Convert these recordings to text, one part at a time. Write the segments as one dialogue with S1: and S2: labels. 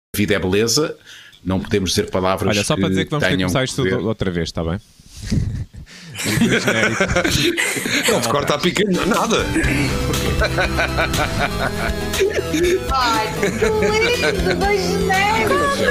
S1: vida é beleza, não podemos dizer palavras.
S2: Olha, só para dizer que vamos ter que começar isto outra vez, está bem?
S3: Não te corta a pica, nada.
S4: Ai, que lindo, dois genéricos.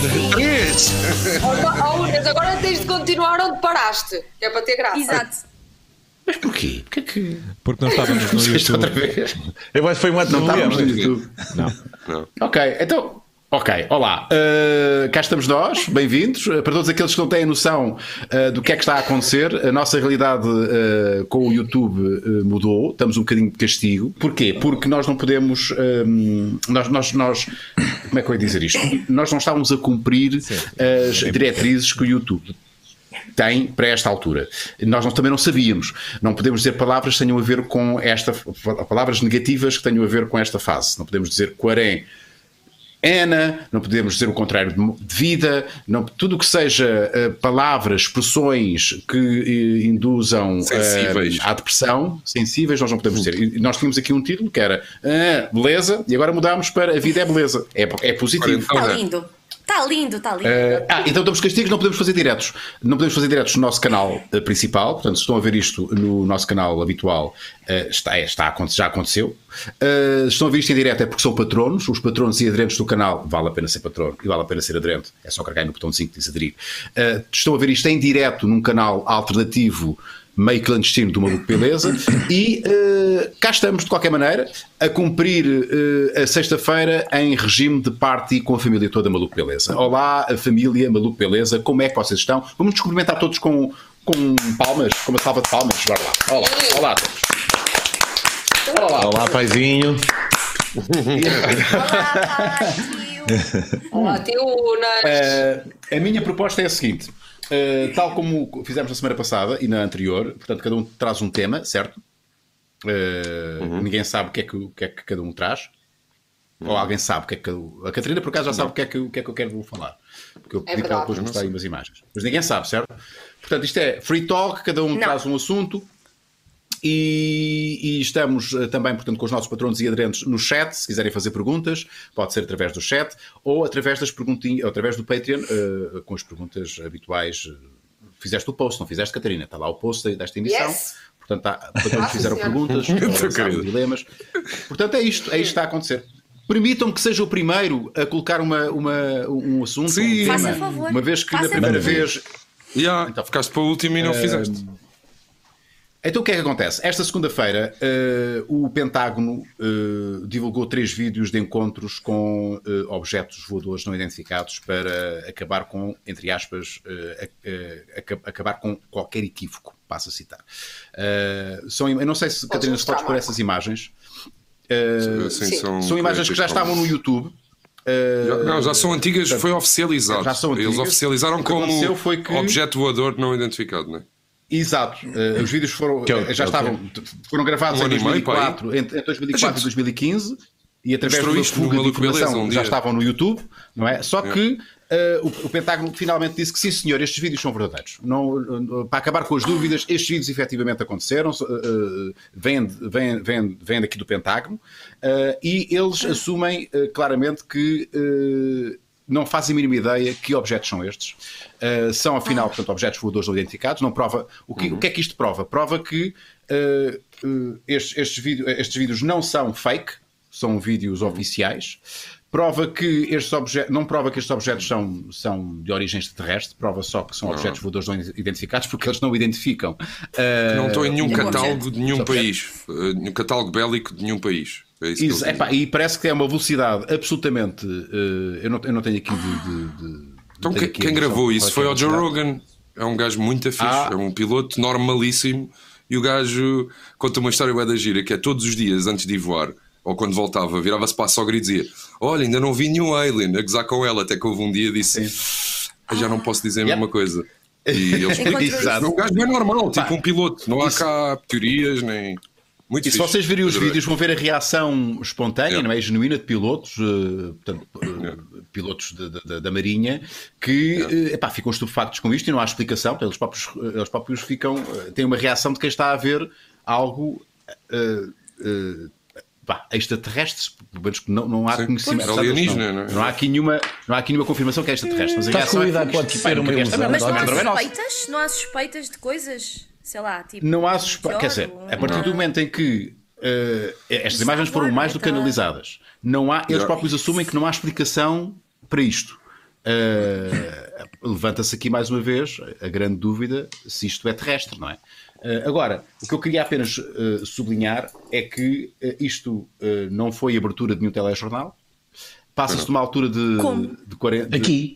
S4: Mas agora tens de continuar onde paraste, que é para ter graça.
S5: Exato.
S1: Mas porquê?
S2: Porque não estávamos no YouTube.
S1: Outra vez?
S3: Eu acho que foi um ato
S1: Não
S3: de
S1: estávamos no YouTube.
S2: Não.
S1: Ok, então. Ok, olá, cá estamos nós, bem-vindos. Para todos aqueles que não têm noção do que é que está a acontecer, a nossa realidade com o YouTube mudou, estamos um bocadinho de castigo. Porquê? Porque nós não podemos, nós como é que eu ia dizer isto? Nós não estávamos a cumprir as diretrizes que o YouTube tem para esta altura. Nós também não sabíamos. Não podemos dizer palavras que tenham a ver com palavras negativas que tenham a ver com esta fase. Não podemos dizer quarém, não podemos dizer o contrário de vida, tudo o que seja palavras, expressões que induzam à depressão, sensíveis, nós não podemos dizer. E nós tínhamos aqui um título que era beleza, e agora mudámos para a vida é beleza. É positivo.
S5: Está lindo. Está lindo, está lindo.
S1: Então estamos castigos, não podemos fazer diretos. Não podemos fazer diretos no nosso canal principal. Portanto, se estão a ver isto no nosso canal habitual, já aconteceu. Se estão a ver isto em direto é porque são patronos. Os patronos e aderentes do canal, vale a pena ser patrono e vale a pena ser aderente. É só carregar no botãozinho que diz aderir. Estão a ver isto em direto num canal alternativo meio clandestino do Maluco Beleza e cá estamos de qualquer maneira a cumprir a sexta-feira em regime de party com a família toda Maluco Beleza. Olá, a família Maluco Beleza, como é que vocês estão? Vamos nos cumprimentar todos com palmas, com uma salva de palmas. Bora lá. Olá a todos.
S3: Olá, paizinho.
S4: Olá, Tiunas.
S1: A minha proposta é a seguinte. Tal como fizemos na semana passada e na anterior, portanto, cada um traz um tema, certo? Ninguém sabe o que é que cada um traz. Ou alguém sabe o que é que a Catarina, por acaso, já sabe o que é que eu quero falar. Porque eu pedi para ela depois mostrar aí umas imagens. Mas ninguém sabe, certo? Portanto, isto é free talk, cada um traz um assunto. E estamos também, portanto, com os nossos patronos e aderentes no chat. Se quiserem fazer perguntas, pode ser através do chat ou através das perguntinhas, ou através do Patreon, com as perguntas habituais. Fizeste o post, não fizeste, Catarina? Está lá o post desta emissão.
S4: Yes.
S1: Portanto, patronos fizeram perguntas, dilemas. Portanto, é isto que está a acontecer. Permitam-me que seja o primeiro a colocar um assunto.
S3: Sim.
S5: Faça favor.
S1: Uma vez que na primeira vez.
S3: Então, ficaste para o último e não fizeste.
S1: Então o que é que acontece? Esta segunda-feira o Pentágono divulgou 3 vídeos de encontros com objetos voadores não identificados para acabar com, entre aspas, acabar com qualquer equívoco, passo a citar. Eu não sei se, Catarina, se podes pôr essas imagens.
S3: Sim,
S1: são imagens que já estavam no YouTube.
S3: Já são antigas, foi oficializado.
S1: Já são antigas.
S3: Eles oficializaram como objeto voador não identificado, não é?
S1: Exato, os vídeos foram gravados em 2004, entre 2004 e 2015 e através de uma fuga de informação já estavam no YouTube, não é? Só que o Pentágono finalmente disse que sim senhor, estes vídeos são verdadeiros. Para acabar com as dúvidas, estes vídeos efetivamente aconteceram, vêm daqui do Pentágono e eles assumem claramente que não fazem a mínima ideia que objetos são estes. São, afinal, portanto, objetos voadores não identificados. Não prova. O que é que isto prova? Prova que estes vídeos não são fake, são vídeos oficiais. Prova que estes objetos, não prova que estes objetos são de origem extraterrestre, prova só que são objetos voadores não identificados, porque eles não identificam.
S3: Não estão em nenhum catálogo de nenhum país, no catálogo bélico de nenhum país.
S1: Isso, e parece que é uma velocidade absolutamente. Eu não tenho aqui de
S3: então quem gravou isso foi o Joe Rogan. É um gajo muito fixe, é um piloto normalíssimo. E o gajo conta uma história bué da gira, que é todos os dias antes de ir voar, ou quando voltava, virava-se para a sogra e dizia: olha, ainda não vi nenhum alien, a gozar com ela. Até que houve um dia e disse: já não posso dizer a mesma coisa. E ele explica: um gajo bem normal, tipo um piloto, não há cá teorias nem. Muito
S1: se vocês virem os vídeos, vão ver a reação espontânea, não é? Genuína de pilotos, portanto, pilotos da Marinha, que ficam estupefactos com isto e não há explicação. Eles próprios têm uma reação de quem está a ver algo extraterrestres, pelo menos que não há conhecimento. Não há aqui nenhuma confirmação que é extraterrestre. Mas a
S6: realidade pode ser uma ilusão.
S5: Mas não há suspeitas de coisas, sei lá, tipo.
S1: Não há suspeitas. Quer dizer, a partir do momento em que estas imagens foram mais do que analisadas, eles próprios assumem que não há explicação para isto. Levanta-se aqui mais uma vez a grande dúvida se isto é terrestre, não é? Agora, o que eu queria apenas sublinhar é que isto não foi abertura de nenhum telejornal. Passa-se numa altura de 40...
S6: Aqui.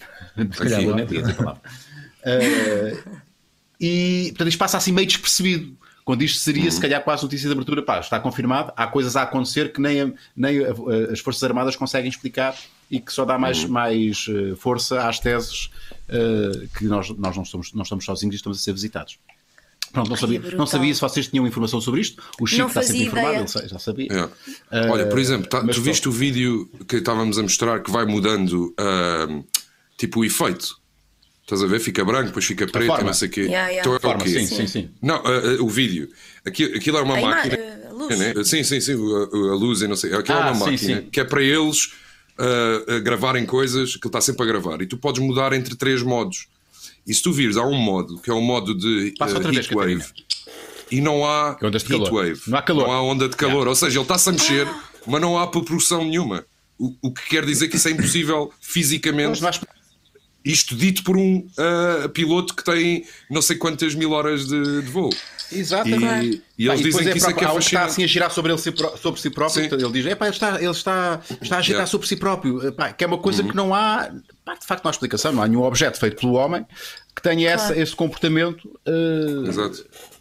S1: E, portanto, isto passa assim meio despercebido. Quando isto seria, se calhar, quase notícia de abertura. Está confirmado. Há coisas a acontecer que nem as Forças Armadas conseguem explicar e que só dá mais força às teses que nós não estamos sozinhos e estamos a ser visitados. Pronto, não sabia se vocês tinham informação sobre isto. O Chico está sempre informado, ele já sabia.
S3: Olha, por exemplo, tu viste o vídeo que estávamos a mostrar que vai mudando tipo o efeito? Estás a ver? Fica branco, depois fica preto e não sei o quê.
S1: Então é o quê? Sim.
S3: Não, o vídeo. Aquilo é uma máquina.
S5: A luz.
S3: Né? Sim, a luz e não sei. Aquilo é uma máquina que é para eles gravarem coisas que ele está sempre a gravar. E tu podes mudar entre 3 modos. E se tu vires, há um modo que é o modo de heat wave. E não há heat wave.
S1: Não há calor.
S3: Não há onda de calor. Ou seja, ele está-se a mexer, mas não há proporção nenhuma. O que quer dizer que isso é impossível fisicamente. Isto dito por um piloto que tem não sei quantas mil horas de voo.
S1: Exatamente.
S3: E eles dizem que isso é que é fascinante.
S1: Está assim a girar sobre si próprio. Ele diz, ele está a girar sobre si próprio. Que é uma coisa que não há... de facto não há explicação. Não há nenhum objeto feito pelo homem que tenha esse comportamento.
S3: Exato.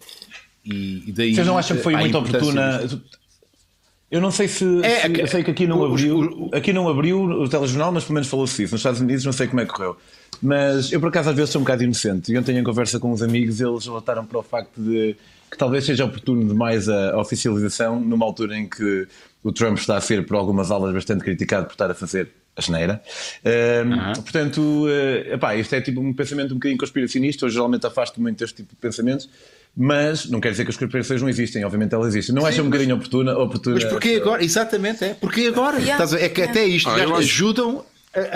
S1: E daí,
S6: vocês não acham que foi muito oportuna... Eu não sei se eu sei que aqui não abriu o telejornal, mas pelo menos falou-se disso. Nos Estados Unidos não sei como é que correu. Mas eu por acaso às vezes sou um bocado inocente. E ontem em conversa com uns amigos eles relataram para o facto de que talvez seja oportuno demais a oficialização numa altura em que o Trump está a ser por algumas aulas bastante criticado por estar a fazer a geneira. Portanto, isto é tipo um pensamento um bocadinho conspiracionista. Eu geralmente afasto muito deste tipo de pensamentos. Mas não quer dizer que as conspirações não existem, obviamente elas existem. Não acham um bocadinho oportuna?
S1: Mas porquê agora? Exatamente, porque agora? É que até isto ajudam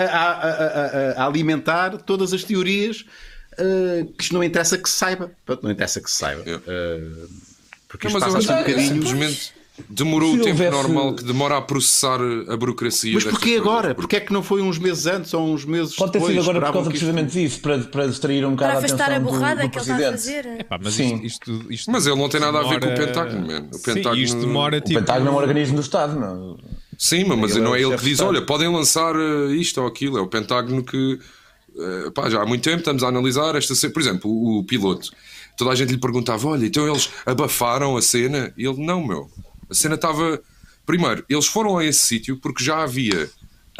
S1: a alimentar todas as teorias que isto não interessa que se saiba. Não interessa que se saiba. Porque isto passa um bocadinho...
S3: Simplesmente demorou o tempo normal que demora a processar a burocracia.
S1: Mas porquê agora? Porquê é que não foi uns meses antes ou uns meses depois?
S6: Pode ter sido agora por causa precisamente disso, para distrair um bocado a atenção
S5: para afastar a borrada
S6: do
S5: que ele está a fazer.
S3: Mas ele não tem nada a ver com o Pentágono, man. O Pentágono,
S6: o Pentágono é um organismo do Estado, não?
S3: Sim, mas não é ele que diz, olha, podem lançar isto ou aquilo. É o Pentágono que já há muito tempo estamos a analisar esta... Por exemplo, o piloto. Toda a gente lhe perguntava, olha, então eles abafaram a cena? E ele, não, meu. A cena estava... Primeiro, eles foram a esse sítio porque já havia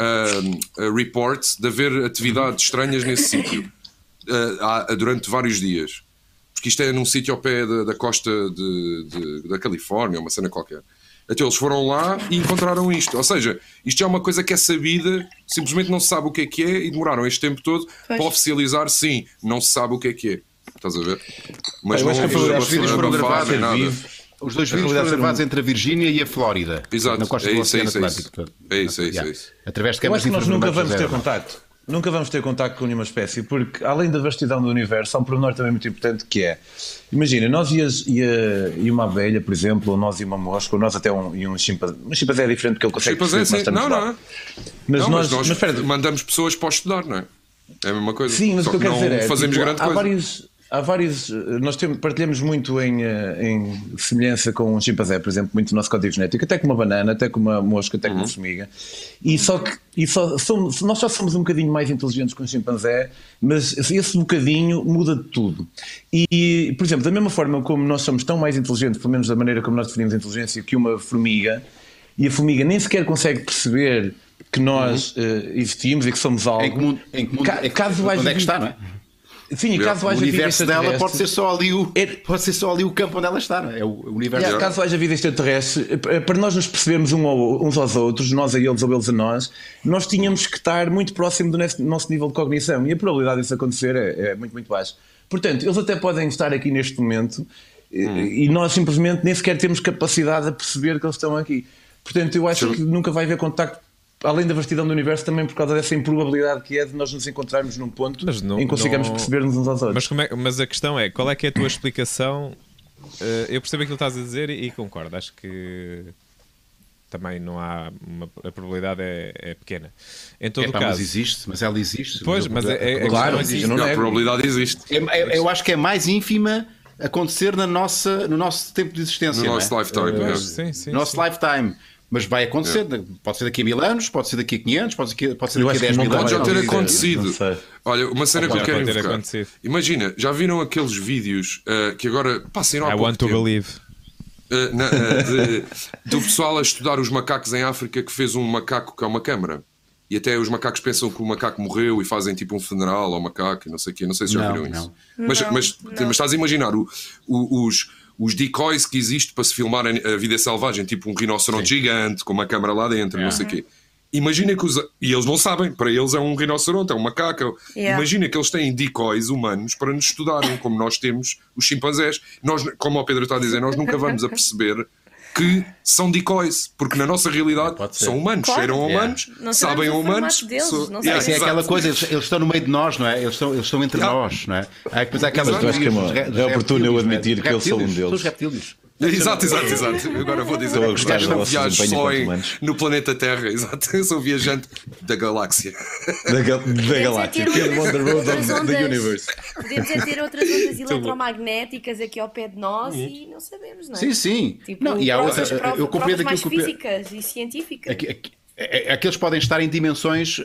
S3: reports de haver atividades estranhas nesse sítio durante vários dias. Porque isto é num sítio ao pé da costa da Califórnia, uma cena qualquer. Então eles foram lá e encontraram isto. Ou seja, isto é uma coisa que é sabida, simplesmente não se sabe o que é e demoraram este tempo todo para oficializar, sim, não se sabe o que é. Estás a ver? Mas não,
S1: os vídeos foram gravados em nada. Os 2 vídeos foram gravados entre a Virgínia e a Flórida.
S3: Exato,
S1: na costa do Oceano Atlântico.
S3: É isso.
S1: Através de
S6: eu acho que nós nunca vamos ter contacto. Nunca vamos ter contacto com nenhuma espécie, porque além da vastidão do universo, há um pormenor também muito importante que é, imagina, nós e uma abelha, por exemplo, ou nós e uma mosca, ou nós até um chimpanzé. Um chimpanzé é diferente porque ele consegue perceber.
S3: Não. Mas nós mandamos pessoas para estudar, não é? É a mesma coisa.
S6: Sim, mas o que eu quero dizer é,
S3: fazemos grande coisa.
S6: Há vários, nós partilhamos muito em semelhança com um chimpanzé, por exemplo, muito do nosso código genético, até com uma banana, até com uma mosca, até com uma formiga. Nós só somos um bocadinho mais inteligentes que um chimpanzé, mas esse bocadinho muda de tudo. E, por exemplo, da mesma forma como nós somos tão mais inteligentes, pelo menos da maneira como nós definimos a inteligência, que uma formiga, e a formiga nem sequer consegue perceber que nós existimos e que somos algo.
S1: Onde é que está, não é?
S6: Sim, e caso haja
S1: o universo dela pode ser só ali o campo onde ela está, não é? É o universo dela.
S6: Caso haja vida extraterrestre, para nós nos percebermos uns aos outros, nós a eles ou eles a nós tínhamos que estar muito próximo do nosso nível de cognição, e a probabilidade disso acontecer é muito, muito baixa. Portanto, eles até podem estar aqui neste momento E nós simplesmente nem sequer temos capacidade de perceber que eles estão aqui. Portanto, eu acho que nunca vai haver contacto, além da vastidão do universo, também por causa dessa improbabilidade que é de nós nos encontrarmos num ponto em que consigamos perceber-nos uns aos outros.
S2: Mas a questão é, qual é que é a tua explicação? Eu percebo aquilo que estás a dizer e concordo. Acho que também não há a probabilidade é pequena. Em todo o caso,
S1: mas ela existe.
S2: Pois, mas
S6: claro,
S3: a probabilidade existe.
S1: Eu acho que é mais ínfima acontecer no nosso tempo de existência.
S3: No nosso lifetime.
S2: Sim.
S1: Nosso lifetime. Mas vai acontecer, pode ser daqui a 1000 anos, pode ser daqui a 500, pode ser daqui a 10 mil anos.
S3: Pode já ter acontecido. Olha, uma cena que eu quero invocar. Imagina, já viram aqueles vídeos que agora passem há pouco tempo?
S2: I want to believe.
S3: Do pessoal a estudar os macacos em África que fez um macaco que é uma câmara. E até os macacos pensam que o macaco morreu e fazem tipo um funeral ao macaco e não sei o quê. Não sei se já viram isso. Mas estás a imaginar os decoys que existem para se filmar a vida selvagem, tipo um rinoceronte gigante com uma câmara lá dentro, não sei o quê. Imagina que e eles não sabem, para eles é um rinoceronte, é um macaco. Imagina que eles têm decoys humanos para nos estudarem, como nós temos os chimpanzés. Nós, como o Pedro está a dizer, nós nunca vamos a perceber que são decoys, porque na nossa realidade são humanos, cheiram humanos, sabem humanos.
S1: É aquela coisa, eles estão no meio de nós, não é? Eles estão entre nós, não é? Depois há aquelas
S6: coisas que é oportuno eu admitir que eu sou um deles.
S1: Os reptílios.
S3: Exato. Agora vou dizer que os gajos não viajam só no planeta Terra. Exato. Eu sou viajante da galáxia.
S6: Da galáxia. On the road of the universe.
S5: Podemos ter outras ondas eletromagnéticas aqui ao pé de nós e não sabemos, não é?
S1: Sim.
S5: Tipo,
S1: não, e há
S5: eu compreendo mais físicas e científicas.
S1: Aqueles podem estar em dimensões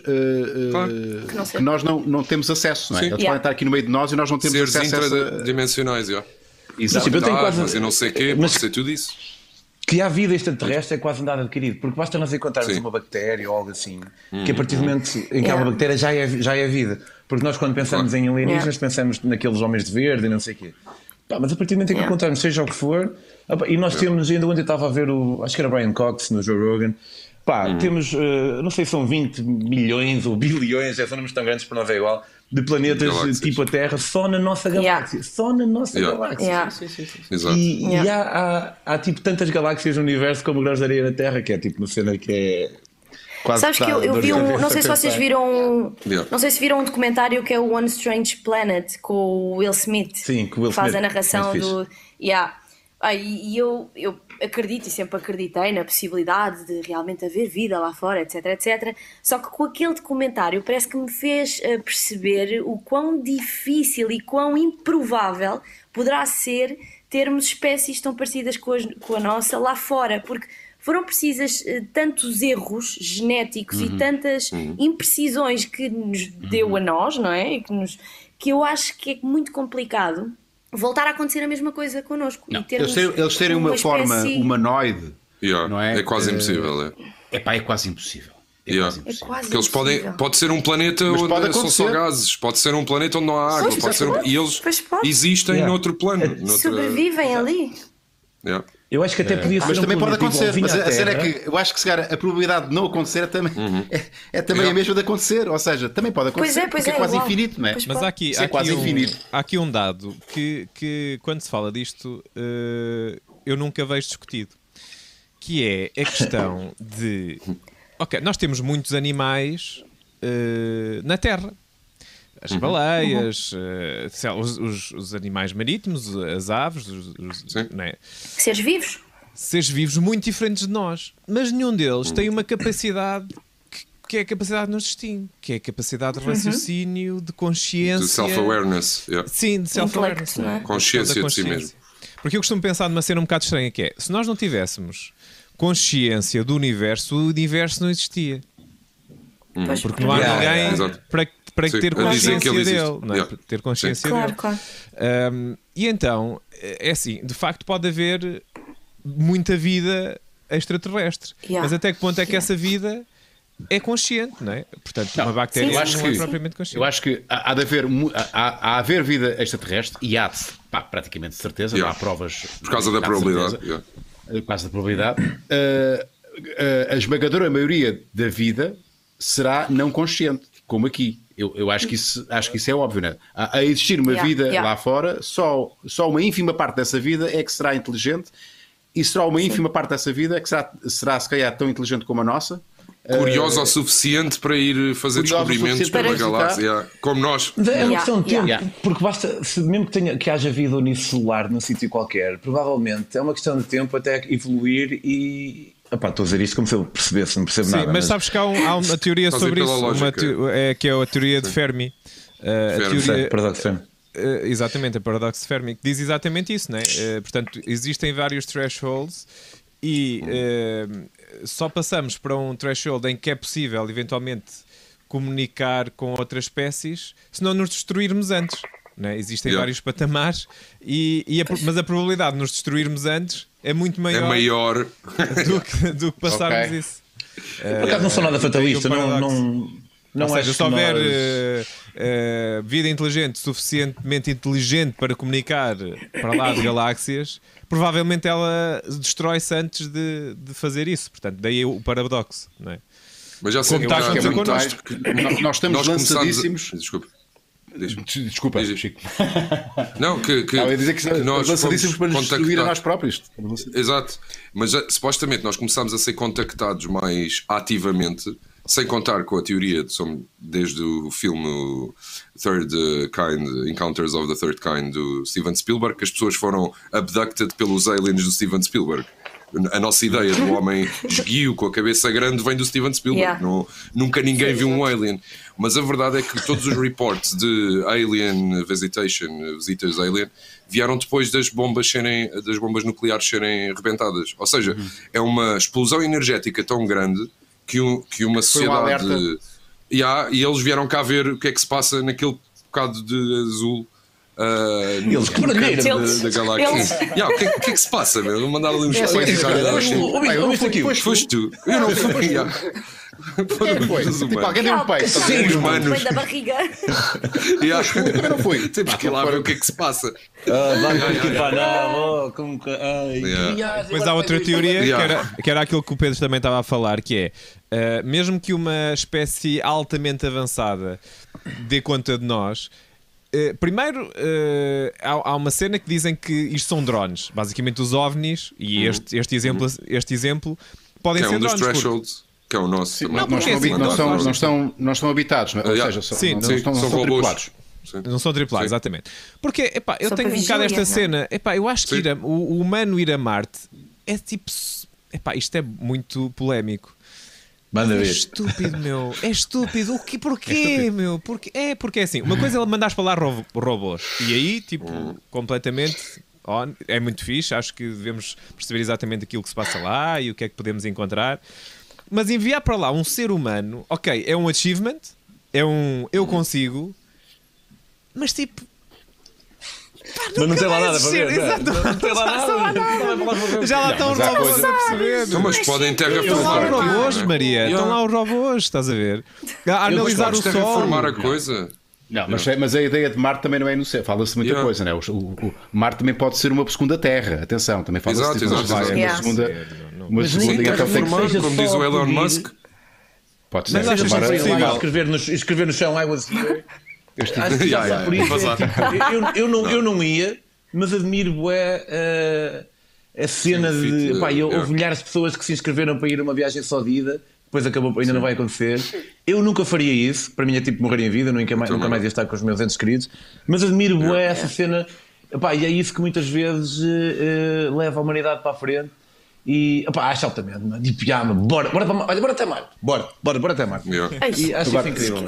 S1: que nós não temos acesso, não é? Eles podem estar aqui no meio de nós e nós não temos acesso a
S3: interdimensionais,
S1: Exato.
S3: Mas eu não sei o quê, pode ser tudo isso.
S6: Que há vida extraterrestre é quase um dado adquirido, porque basta nós encontrarmos uma bactéria ou algo assim, que a partir do momento em que há uma bactéria já é vida. Porque nós quando pensamos em alienígenas pensamos naqueles homens de verde e não sei o quê. Mas a partir do momento em que encontrarmos seja o que for, e nós temos, ainda ontem eu estava a ver acho que era Brian Cox no Joe Rogan, temos, não sei se são 20 milhões ou bilhões, são números tão grandes para nós é igual, de planetas tipo a Terra só na nossa galáxia. Só na nossa galáxia.
S3: Exato.
S6: E há tipo tantas galáxias no universo como grãos de areia na Terra, que é tipo uma cena que é quase.
S5: Sabes que eu vi não sei se vocês viram. Não sei se viram um documentário que é o One Strange Planet com o Will Smith.
S6: Sim, com o Will Smith.
S5: Faz a narração do. E eu acredito e sempre acreditei na possibilidade de realmente haver vida lá fora, etc. Só que com aquele documentário parece que me fez perceber o quão difícil e quão improvável poderá ser termos espécies tão parecidas com a nossa lá fora, porque foram precisas tantos erros genéticos e tantas imprecisões que nos deu a nós, não é? Que eu acho que é muito complicado voltar a acontecer a mesma coisa connosco.
S1: Não, eles terem uma forma humanoide, não é?
S3: É quase impossível.
S1: É quase impossível.
S3: Porque eles pode ser um planeta onde são só gases, pode ser um planeta onde não há água, e eles existem noutro plano.
S5: Sobrevivem ali.
S6: Eu acho que até podia ser.
S1: Mas também pode acontecer. Mas a cena é que eu acho que a probabilidade de não acontecer também é também a mesma de acontecer. Ou seja, também pode acontecer. Porque é quase infinito, não é?
S2: Mas há aqui um dado que quando se fala disto, eu nunca vejo discutido. Que é a questão de. Ok, nós temos muitos animais na Terra. As baleias, os animais marítimos, as aves, não é? Seres vivos muito diferentes de nós. Mas nenhum deles tem uma capacidade que é a capacidade de nos distingue, que é a capacidade de raciocínio, de consciência.
S3: De self-awareness.
S2: Sim, de self-awareness.
S3: Consciência de si mesmo.
S2: Porque eu costumo pensar numa cena um bocado estranha, que é, se nós não tivéssemos consciência do universo, o universo não existia. Porque não há ninguém para ter consciência dele, não é? Ter consciência dele.
S5: Claro.
S2: E então, é assim, de facto pode haver muita vida extraterrestre, mas até que ponto é que essa vida é consciente, não é? Portanto, uma bactéria não é propriamente consciente.
S1: Eu acho que há de haver vida extraterrestre e há praticamente certeza, não há provas
S3: por causa da probabilidade.
S1: Por causa da probabilidade. A esmagadora maioria da vida será não consciente, como aqui. Eu acho que isso é óbvio, né? A existir uma vida lá fora, só uma ínfima parte dessa vida é que será inteligente, e será uma ínfima parte dessa vida que será se calhar tão inteligente como a nossa.
S3: Curiosa o suficiente para ir fazer descobrimentos pela galáxia, como nós.
S6: É uma questão de tempo, porque basta, mesmo que haja vida unicelular num sítio qualquer, provavelmente é uma questão de tempo até evoluir e... Epá, estou a dizer isto como se eu percebesse, não percebo nada.
S2: Mas sabes que há uma teoria sobre isso, que é a teoria de Fermi.
S6: Paradoxo de Fermi.
S2: Exatamente, a paradoxo de Fermi, que diz exatamente isso, né? Portanto, existem vários thresholds e só passamos para um threshold em que é possível eventualmente comunicar com outras espécies se não nos destruirmos antes. Né? Existem vários patamares, mas a probabilidade de nos destruirmmos antes é muito maior, do que passarmos isso.
S6: Por acaso não sou nada fatalista, não
S2: ou seja, se houver vida inteligente, suficientemente inteligente para comunicar para lá de galáxias, provavelmente ela destrói-se antes de fazer isso. Portanto, daí o paradoxo, não é?
S3: Mas já sei que
S1: nós estamos lançadíssimos.
S3: Desculpa,
S1: Chico.
S3: Não, que
S1: ia dizer que nós lançadíssimos para nos destruir a nós próprios.
S3: Exato, mas supostamente nós começámos a ser contactados mais ativamente, sem contar com a teoria desde o filme Third Kind, Encounters of the Third Kind do Steven Spielberg, que as pessoas foram abducted pelos aliens do Steven Spielberg. A nossa ideia do homem esguio com a cabeça grande vem do Steven Spielberg. Nunca ninguém viu um alien. Mas a verdade é que todos os reports de alien visitation, visitas alien, vieram depois das bombas nucleares serem rebentadas. Ou seja, é uma explosão energética tão grande que uma sociedade... e eles vieram cá ver o que é que se passa naquele bocado de azul.
S6: Eles que barulheira
S3: da galáxia. O que é que se passa, meu? Mandaram ali uns
S6: ouviste aqui.
S3: Foste tu. Eu não fui.
S1: Alguém deu um peito.
S3: Sim,
S5: humanos. Da barriga.
S1: Eu não fui.
S3: Temos que ir lá ver o que é que se passa.
S2: Depois há outra teoria que era aquilo que o Pedro também estava a falar, que é mesmo que uma espécie altamente avançada dê conta de nós. Primeiro, há uma cena que dizem que isto são drones. Basicamente, os OVNIs, e este exemplo podem ser drones.
S3: Thresholds, que é o nosso.
S1: Sim, não estão habitados, ou seja, são tripulados.
S2: Não são tripulados, exatamente. Porque eu tenho um bocado esta cena. Eu acho que o humano ir a Marte é tipo. Isto é muito polémico.
S6: Manda ver.
S2: É estúpido, meu. É estúpido. Porquê, meu? Porque é assim. Uma coisa é ele mandar para lá robôs. E aí, tipo, completamente... é muito fixe. Acho que devemos perceber exatamente aquilo que se passa lá e o que é que podemos encontrar. Mas enviar para lá um ser humano... Ok, é um achievement. É um... Eu consigo. Mas tipo...
S6: Mas não tem lá nada para ver.
S2: Não tem lá nada. Já lá estão os robôs a perceber.
S3: Mas podem terraformar.
S2: Estão lá os robôs, Maria. Estão lá os robôs, estás a ver? A analisar o Sol.
S3: Terraformar a coisa.
S1: Não, mas a ideia de Marte também não é inocente. Fala-se muita coisa, né? O Marte também pode ser uma segunda Terra. Atenção, também fala-se disso. Uma segunda
S3: terraformar, como diz o Elon Musk.
S1: Pode ser.
S6: Mas escrever no chão I was here. Acho que já por isso eu não ia, mas admiro a cena de houve milhares de pessoas que se inscreveram para ir a uma viagem só de ida, depois ainda não vai acontecer. Eu nunca faria isso, para mim é tipo morrer em vida, nunca mais ia estar com os meus entes queridos, mas admiro essa cena, e é isso que muitas vezes leva a humanidade para a frente. E acho altamente, de pijama, bora até Marte, bora até Marte. E acho isso incrível.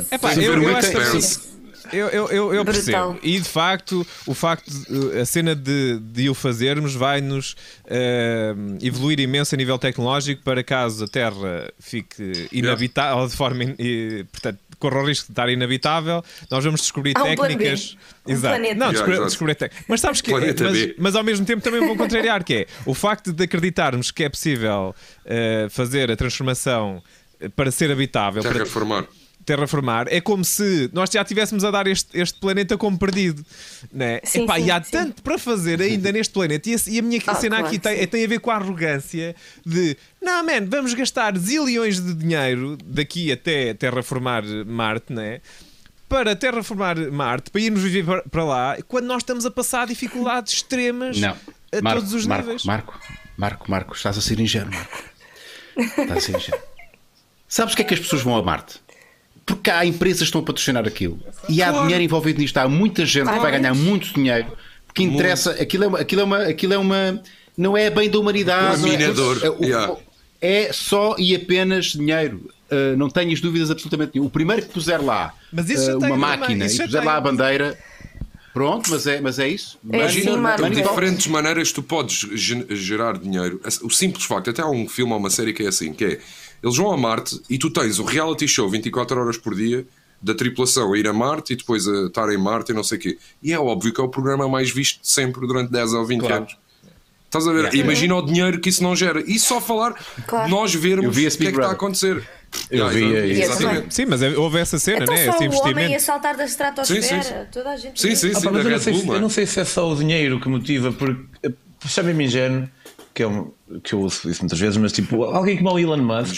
S2: Eu percebo. E de facto, a cena de o fazermos vai-nos evoluir imenso a nível tecnológico para caso a Terra fique inabitável, ou de forma, portanto, corra o risco de estar inabitável, nós vamos descobrir técnicas.
S5: Exato.
S2: Não, descobrir técnicas. Mas sabes que mas ao mesmo tempo também vou contrariar, que é o facto de acreditarmos que é possível fazer a transformação para ser habitável, terraformar, é como se nós já estivéssemos a dar este planeta como perdido, né? E há tanto para fazer ainda neste planeta, e a minha cena aqui tem a ver com a arrogância de vamos gastar zilhões de dinheiro daqui até terraformar Marte, né? para terraformar Marte, para irmos viver para lá, quando nós estamos a passar dificuldades extremas a todos os níveis.
S1: Marco, estás a ser ingênuo, Marco. Estás a ser ingênuo. Sabes o que é que as pessoas vão a Marte? Porque há empresas que estão a patrocinar aquilo. E há dinheiro envolvido nisto. Há muita gente que vai ganhar muito dinheiro. Porque interessa. Aquilo é uma. Não é bem da humanidade.
S3: Minador.
S1: É só e apenas dinheiro. Não tenhas dúvidas absolutamente nenhuma. O primeiro que puser lá uma máquina e puser lá a bandeira. Pronto, mas é isso.
S3: Imagina de diferentes maneiras tu podes gerar dinheiro. O simples facto, até há um filme ou uma série que é assim, que é, eles vão a Marte e tu tens o reality show 24 horas por dia da tripulação a ir a Marte e depois a estar em Marte e não sei o quê. E é óbvio que é o programa mais visto de sempre durante 10 ou 20 anos. Estás a ver? Imagina o dinheiro que isso não gera. E só falar, nós vermos o que é que está a acontecer.
S6: Eu vi
S3: exatamente.
S2: Sim, mas houve essa cena,
S5: então,
S2: né?
S5: Só
S2: esse
S5: o
S2: investimento.
S5: homem a saltar da estratosfera. Toda a gente.
S3: Sim,
S6: mas eu não sei se é só o dinheiro que motiva, porque chamem-me ingênuo, que eu ouço isso muitas vezes, mas tipo, alguém como o Elon Musk,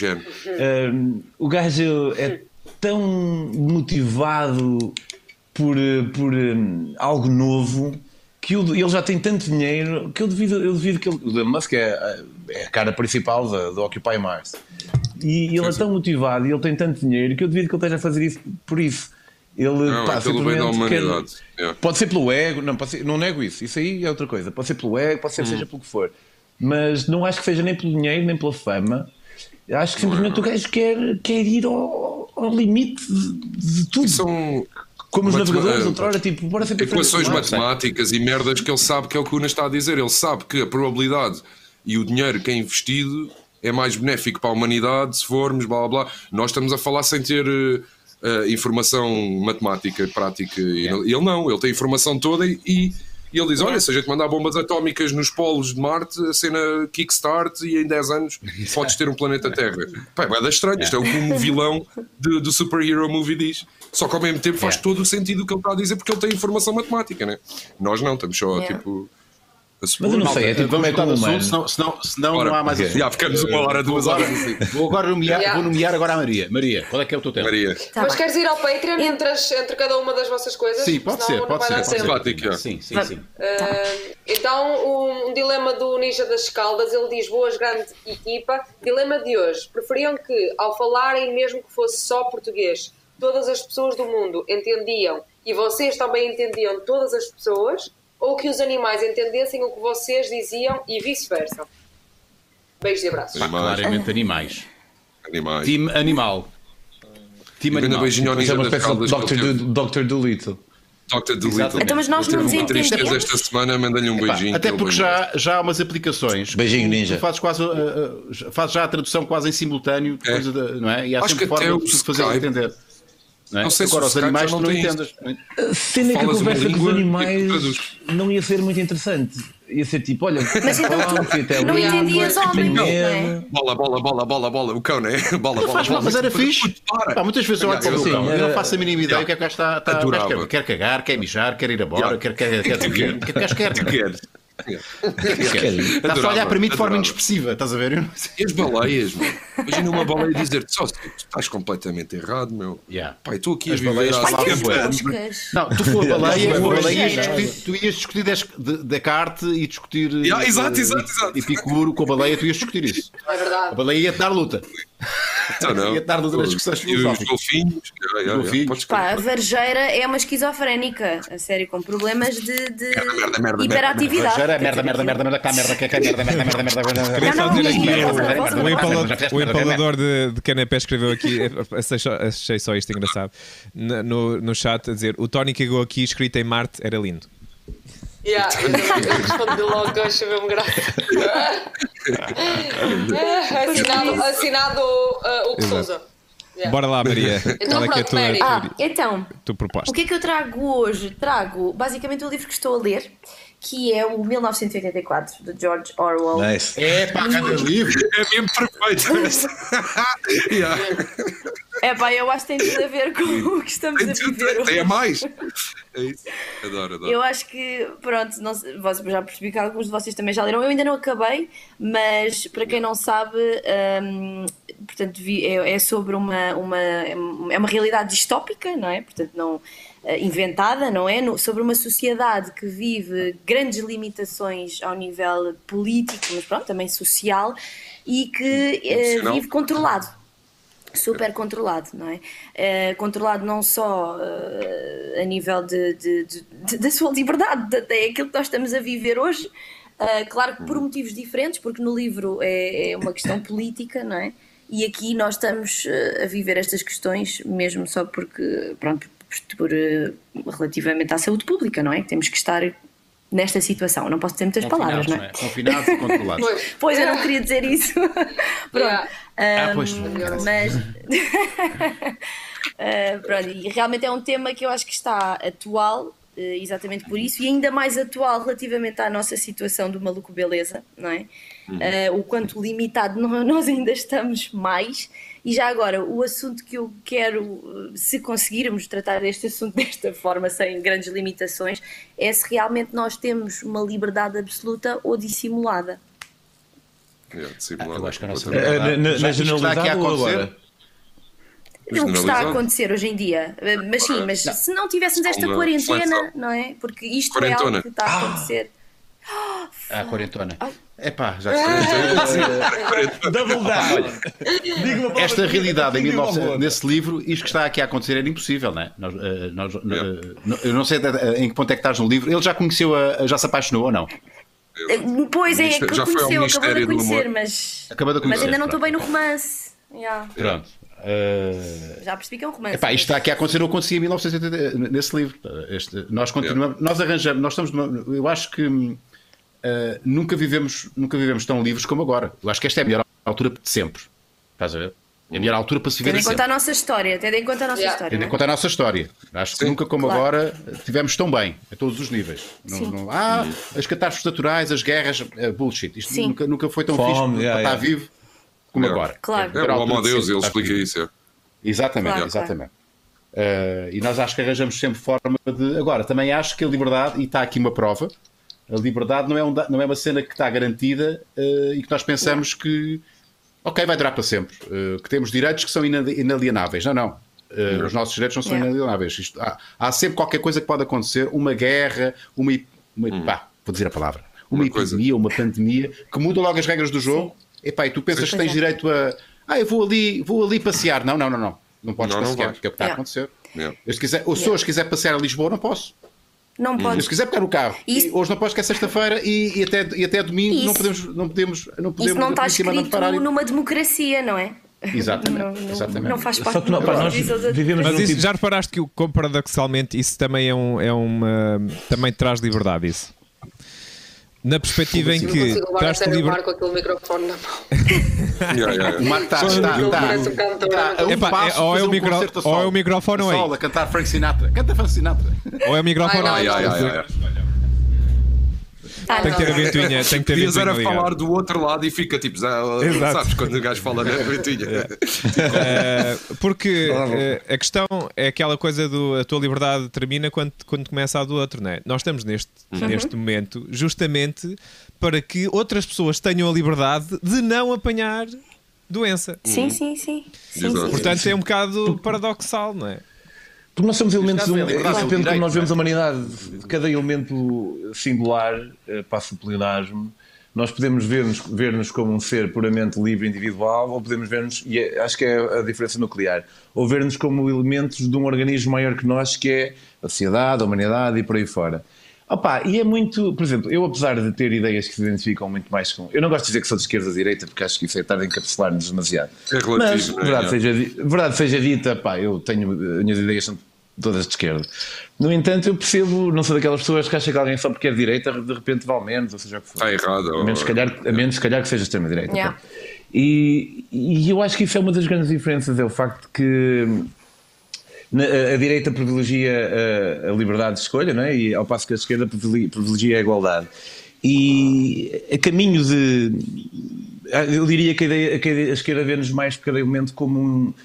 S6: o gajo é tão motivado por algo novo que ele já tem tanto dinheiro que eu devido que o Elon Musk é a cara principal do Occupy Mars. E ele é tão motivado e ele tem tanto dinheiro que eu devido que ele esteja a fazer isso por isso. Ele
S3: pelo bem da humanidade.
S6: Pode ser pelo ego, não nego isso. Isso aí é outra coisa. Pode ser pelo ego, pode ser seja pelo que for. Mas não acho que seja nem pelo dinheiro, nem pela fama. Acho que simplesmente o gajo quer ir ao limite de tudo. Como os navegadores, outrora, tipo, bora sempre
S3: equações matemáticas e merdas que ele sabe que é o que o Una está a dizer. Ele sabe que a probabilidade e o dinheiro que é investido é mais benéfico para a humanidade se formos, blá blá blá. Nós estamos a falar sem ter informação matemática, prática. E ele não, ele tem a informação toda e ele diz, olha, se a gente mandar bombas atómicas nos polos de Marte, a cena kickstart e em 10 anos podes ter um planeta Terra. Pá, é bem estranho, isto é o que um vilão do superhero movie diz. Só que ao mesmo tempo faz todo o sentido o que ele está a dizer porque ele tem informação matemática, né? Nós não, estamos só tipo...
S6: Mas eu não sei, é tipo como é que
S1: senão não há mais assunto.
S3: Já ficamos 1 hora, 2 horas assim.
S1: Vou nomear agora a Maria. Maria, qual é que é o teu tema?
S3: Maria.
S4: Mas queres ir ao Patreon entre cada uma das vossas coisas?
S1: Sim, pode ser.
S3: Sim.
S4: Então, um dilema do Ninja das Caldas, ele diz, boas, grande equipa. Dilema de hoje, preferiam que, ao falarem, mesmo que fosse só português, todas as pessoas do mundo entendiam e vocês também entendiam todas as pessoas, ou que os animais entendessem o que vocês diziam e vice-versa? Beijos e abraços.
S1: Claramente animais.
S3: Animais.
S1: Time animal. Time animal.
S3: Beijinho ao Ninja das Caldas.
S6: Dr. Dolittle.
S3: Dr. Dolittle.
S5: Então, mas nós não nos entendemos.
S3: Esta semana manda-lhe um beijinho.
S1: Até porque já há umas aplicações.
S6: Beijinho, Ninja.
S1: Tu fazes já a tradução quase em simultâneo, não é? E há sempre forma de fazer entender. Não sei. Agora, os animais tu não entendes.
S6: Sendo que a conversa dos animais não ia ser muito interessante. Ia ser tipo, olha,
S5: mas então tu não entendias homem, não é?
S3: Bola, o cão, não é? Bola.
S1: Mas era fixe. Muitas vezes eu olho para o cão, eu não faço a mínima ideia o que é que o gajo está. Quer cagar, quer mijar, quer ir embora, quer dormir. O que é que o gajo quer? Está a olhar para mim de forma inexpressiva, estás a ver?
S3: E as baleias, meu? Imagina uma baleia dizer-te só, tu estás completamente errado, meu. Pai, estou aqui
S1: as
S3: a viver
S1: não, tu for a baleia, tu ias discutir Descartes e discutir
S3: exato.
S1: Epicuro com a baleia, tu ias discutir isso.
S4: É verdade.
S1: A baleia ia-te dar luta. Ia-te dar luta nas discussões filosóficas.
S3: E os golfinhos.
S5: Pá, a varejeira é uma esquizofrénica, a sério, com problemas de hiperatividade.
S1: Merda, que
S2: o empalador de canapé escreveu aqui, achei só isto engraçado, no chat a dizer, o Tony cagou aqui escrito em Marte, era lindo.
S4: Eu respondi logo que eu achei mesmo graça. Assinado o que Sousa.
S2: Bora lá, Maria.
S4: Então,
S2: qual é que é a tua
S5: então,
S2: tu proposta?
S5: O que é que eu trago hoje? Trago basicamente o livro que estou a ler, que é o 1984, de George Orwell.
S6: Nice.
S1: É pá, cada livro.
S3: É mesmo perfeito.
S5: Eu acho que tem tudo a ver com o que estamos a viver hoje.
S3: Tem a mais. É isso. Adoro.
S5: Eu acho que, pronto, não sei, já percebi que alguns de vocês também já leram. Eu ainda não acabei, mas para quem não sabe, portanto, é sobre é uma realidade distópica, não é? Portanto, não inventada, não é? Sobre uma sociedade que vive grandes limitações ao nível político, mas pronto, também social, e que vive controlado. Super controlado, não é? Controlado não só a nível da sua liberdade, até aquilo que nós estamos a viver hoje, claro que por motivos diferentes, porque no livro é uma questão política, não é? E aqui nós estamos a viver estas questões mesmo só porque, pronto, relativamente à saúde pública, não é? Temos que estar nesta situação. Não posso dizer muitas palavras, não é?
S1: Confinados e controlados.
S5: Pois, eu não queria dizer isso. Pronto.
S1: Pois.
S5: Mas pronto, e realmente é um tema que eu acho que está atual, exatamente por isso, e ainda mais atual relativamente à nossa situação do maluco beleza, não é? O quanto limitado nós ainda estamos mais. E já agora, o assunto que eu quero, se conseguirmos tratar deste assunto desta forma, sem grandes limitações, é se realmente nós temos uma liberdade absoluta ou dissimulada.
S3: Dissimulada.
S1: Eu acho que a nossa
S6: na generalidade ou agora?
S5: O que está a acontecer hoje em dia. Mas sim, mas se não tivéssemos esta quarentena, não é? Porque isto é algo que está a acontecer.
S1: A quarentona. Epá, já
S6: Double down.
S1: Esta realidade nesse livro, isto que está aqui a acontecer era impossível, não é? Eu não sei em que ponto é que estás no livro. Ele já conheceu, já se apaixonou ou não?
S5: Pois é, que
S3: já foi ao
S5: acabou de
S3: Ministério do
S5: conhecer,
S3: Amor.
S5: mas ainda não estou bem no romance.
S1: Pronto.
S5: Já percebi que é um romance.
S1: Epá, isto está aqui a acontecer, ou acontecia em 1980 nesse livro. Nós continuamos, nós arranjamos, nós estamos, eu acho que nunca vivemos tão livres como agora. Eu acho que esta é a melhor altura de sempre. Estás a ver? É a melhor altura para se viver.
S5: Tendo em conta a nossa história. Tendo em conta a nossa história. Acho que nunca como agora tivemos tão bem, a todos os níveis. As catástrofes naturais, as guerras, bullshit. Isto nunca foi tão fixe para estar vivo como agora. Claro.
S3: O amor de Deus, ele explica isso.
S1: Exatamente, exatamente. E nós acho que arranjamos sempre forma de... Agora, também acho que a liberdade, e está aqui uma prova, a liberdade não é uma cena que está garantida e que nós pensamos que vai durar para sempre, que temos direitos que são inalienáveis. Não. Os nossos direitos não são inalienáveis. Há sempre qualquer coisa que pode acontecer, uma guerra, vou dizer a palavra, uma epidemia, uma pandemia, que muda logo as regras do jogo. E tu pensas que tens direito a... eu vou ali passear. Não podes passear, que é o que está a acontecer. Se hoje quiser passear a Lisboa, não posso.
S5: Não pode.
S1: Se quiser pegar o carro, hoje não podes, que é sexta-feira e até domingo não podemos.
S5: Isso não está escrito numa democracia, não é?
S1: Exatamente.
S5: Não faz parte
S6: de nós vivemos.
S2: Mas isso, já reparaste que paradoxalmente isso também também traz liberdade, isso? Na perspectiva em que
S4: traz o Marco com aquele microfone na mão.
S1: O Marco está
S2: ou é o microfone ou é
S1: a cantar Frank Sinatra. Canta Frank Sinatra.
S2: Ou é o microfone ou tem que ter a ventoinha. Tem que ter a ventoinha
S3: era falar do outro lado e fica tipo, sabes, quando o gajo fala na ventoinha.
S2: Porque a questão é aquela coisa a tua liberdade termina quando começa a do outro, não é? Nós estamos neste momento justamente para que outras pessoas tenham a liberdade de não apanhar doença.
S5: Sim.
S2: Portanto, é um bocado paradoxal, não é?
S6: Porque nós somos elementos de depende de como nós vemos a humanidade. Cada elemento singular passa o pleonasmo. Nós podemos ver-nos como um ser puramente livre, individual, ou podemos ver-nos, e acho que é a diferença nuclear, ou ver-nos como elementos de um organismo maior que nós, que é a sociedade, a humanidade e por aí fora. E é muito... Por exemplo, eu, apesar de ter ideias que se identificam muito mais com... Eu não gosto de dizer que sou de esquerda ou de direita, porque acho que isso é estar a encapsular-nos demasiado.
S3: É relativo.
S6: Mas, verdade seja dita, eu tenho... As minhas ideias são todas de esquerda. No entanto, eu percebo, não sou daquelas pessoas que acham que alguém só porque é de direita de repente vale menos, ou seja o que for.
S3: Está errado.
S6: A menos se calhar que seja extrema-direita. E eu acho que isso é uma das grandes diferenças, é o facto de que a direita privilegia a liberdade de escolha, não é? E ao passo que a esquerda privilegia a igualdade. E a caminho de... Eu diria que a esquerda vê-nos mais por cada elemento como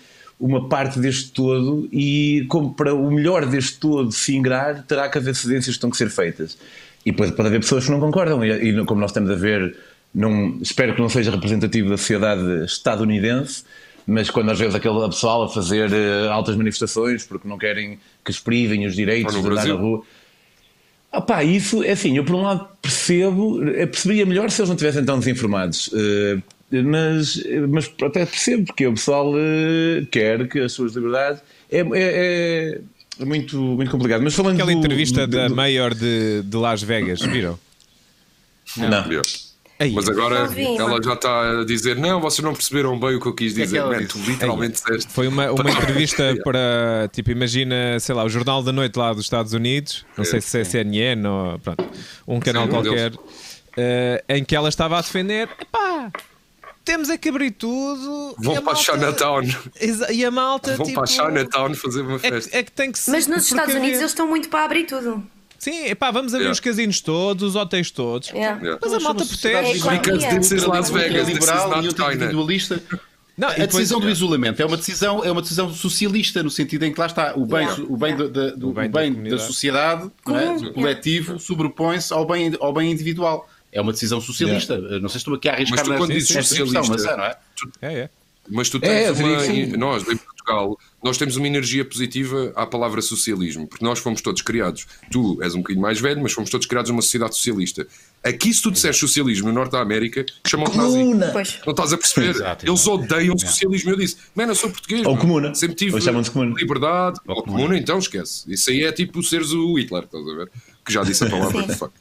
S6: uma parte deste todo, e como para o melhor deste todo se ingrar, terá que haver cedências que estão a ser feitas. E depois pode haver pessoas que não concordam, e como nós estamos a ver, espero que não seja representativo da sociedade estadunidense, mas quando nós vemos aquele pessoal a fazer altas manifestações porque não querem que se privem os direitos de andar na rua. Isso é assim, eu por um lado perceberia melhor se eles não estivessem tão desinformados, mas até percebo, porque o pessoal quer que as suas liberdades é muito, muito complicado. Mas falando
S2: aquela entrevista da Mayor de Las Vegas, viram?
S6: Não.
S3: Mas agora ela já está a dizer: não, vocês não perceberam bem o que eu quis dizer. Tu literalmente disseste.
S2: Foi uma entrevista para, tipo, imagina, sei lá, o Jornal da Noite lá dos Estados Unidos, não sei se é CNN ou pronto, um canal qualquer, em que ela estava a defender: temos é que abrir tudo.
S3: Vão para Chinatown.
S2: E a malta
S3: vão para Chinatown fazer uma festa.
S2: É que tem que ser.
S5: Mas nos Estados Unidos eles estão muito para abrir tudo.
S2: Sim, vamos abrir os casinos todos, os hotéis todos. Mas a malta protege.
S3: Because this is Las Vegas,
S1: liberal e outra individualista. Não, a decisão do isolamento é uma decisão socialista, no sentido em que lá está o bem da sociedade, do coletivo, sobrepõe-se ao bem individual. É uma decisão socialista. Não sei se estou aqui a arriscar
S3: nesta expressão,
S1: mas não é?
S3: Mas tu tens nós, em Portugal, nós temos uma energia positiva à palavra socialismo, porque nós fomos todos criados, tu és um bocadinho mais velho, mas fomos todos criados numa sociedade socialista. Aqui, se tu disseres socialismo no Norte da América, chamam-te nazi. Não estás a perceber? Exato, eles odeiam o socialismo. Eu disse: eu sou português.
S6: Ou comuna.
S3: Sempre tive liberdade. Ou comuna, então esquece. Isso aí é tipo seres o Hitler, estás a ver? Que já disse a palavra fuck.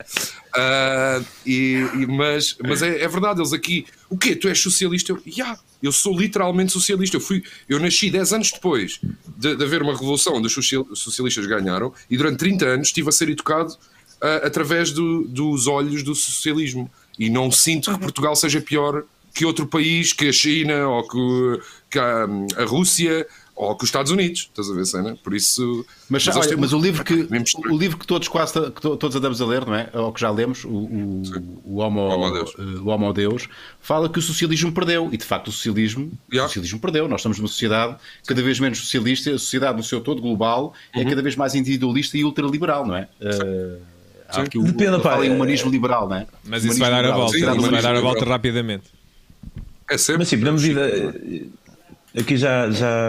S3: Mas é verdade, eles aqui: o quê? Tu és socialista? Eu sou literalmente socialista. Eu nasci 10 anos depois de haver uma revolução onde os socialistas ganharam, e durante 30 anos estive a ser educado através dos olhos do socialismo, e não sinto que Portugal seja pior que outro país, que a China ou que a Rússia ou que os Estados Unidos, estás a ver, cena? Por isso.
S1: Mas o livro que todos andamos a ler, não é? Ou que já lemos, o Homo Deus, fala que o socialismo perdeu, e de facto o socialismo perdeu. Nós estamos numa sociedade cada vez menos socialista, a sociedade no seu todo global é cada vez mais individualista e ultraliberal, não é? Há aqui o humanismo liberal, não é?
S2: Mas isso vai dar a volta, vai dar a volta rapidamente.
S3: É sempre.
S6: Mas sim, na medida. Aqui já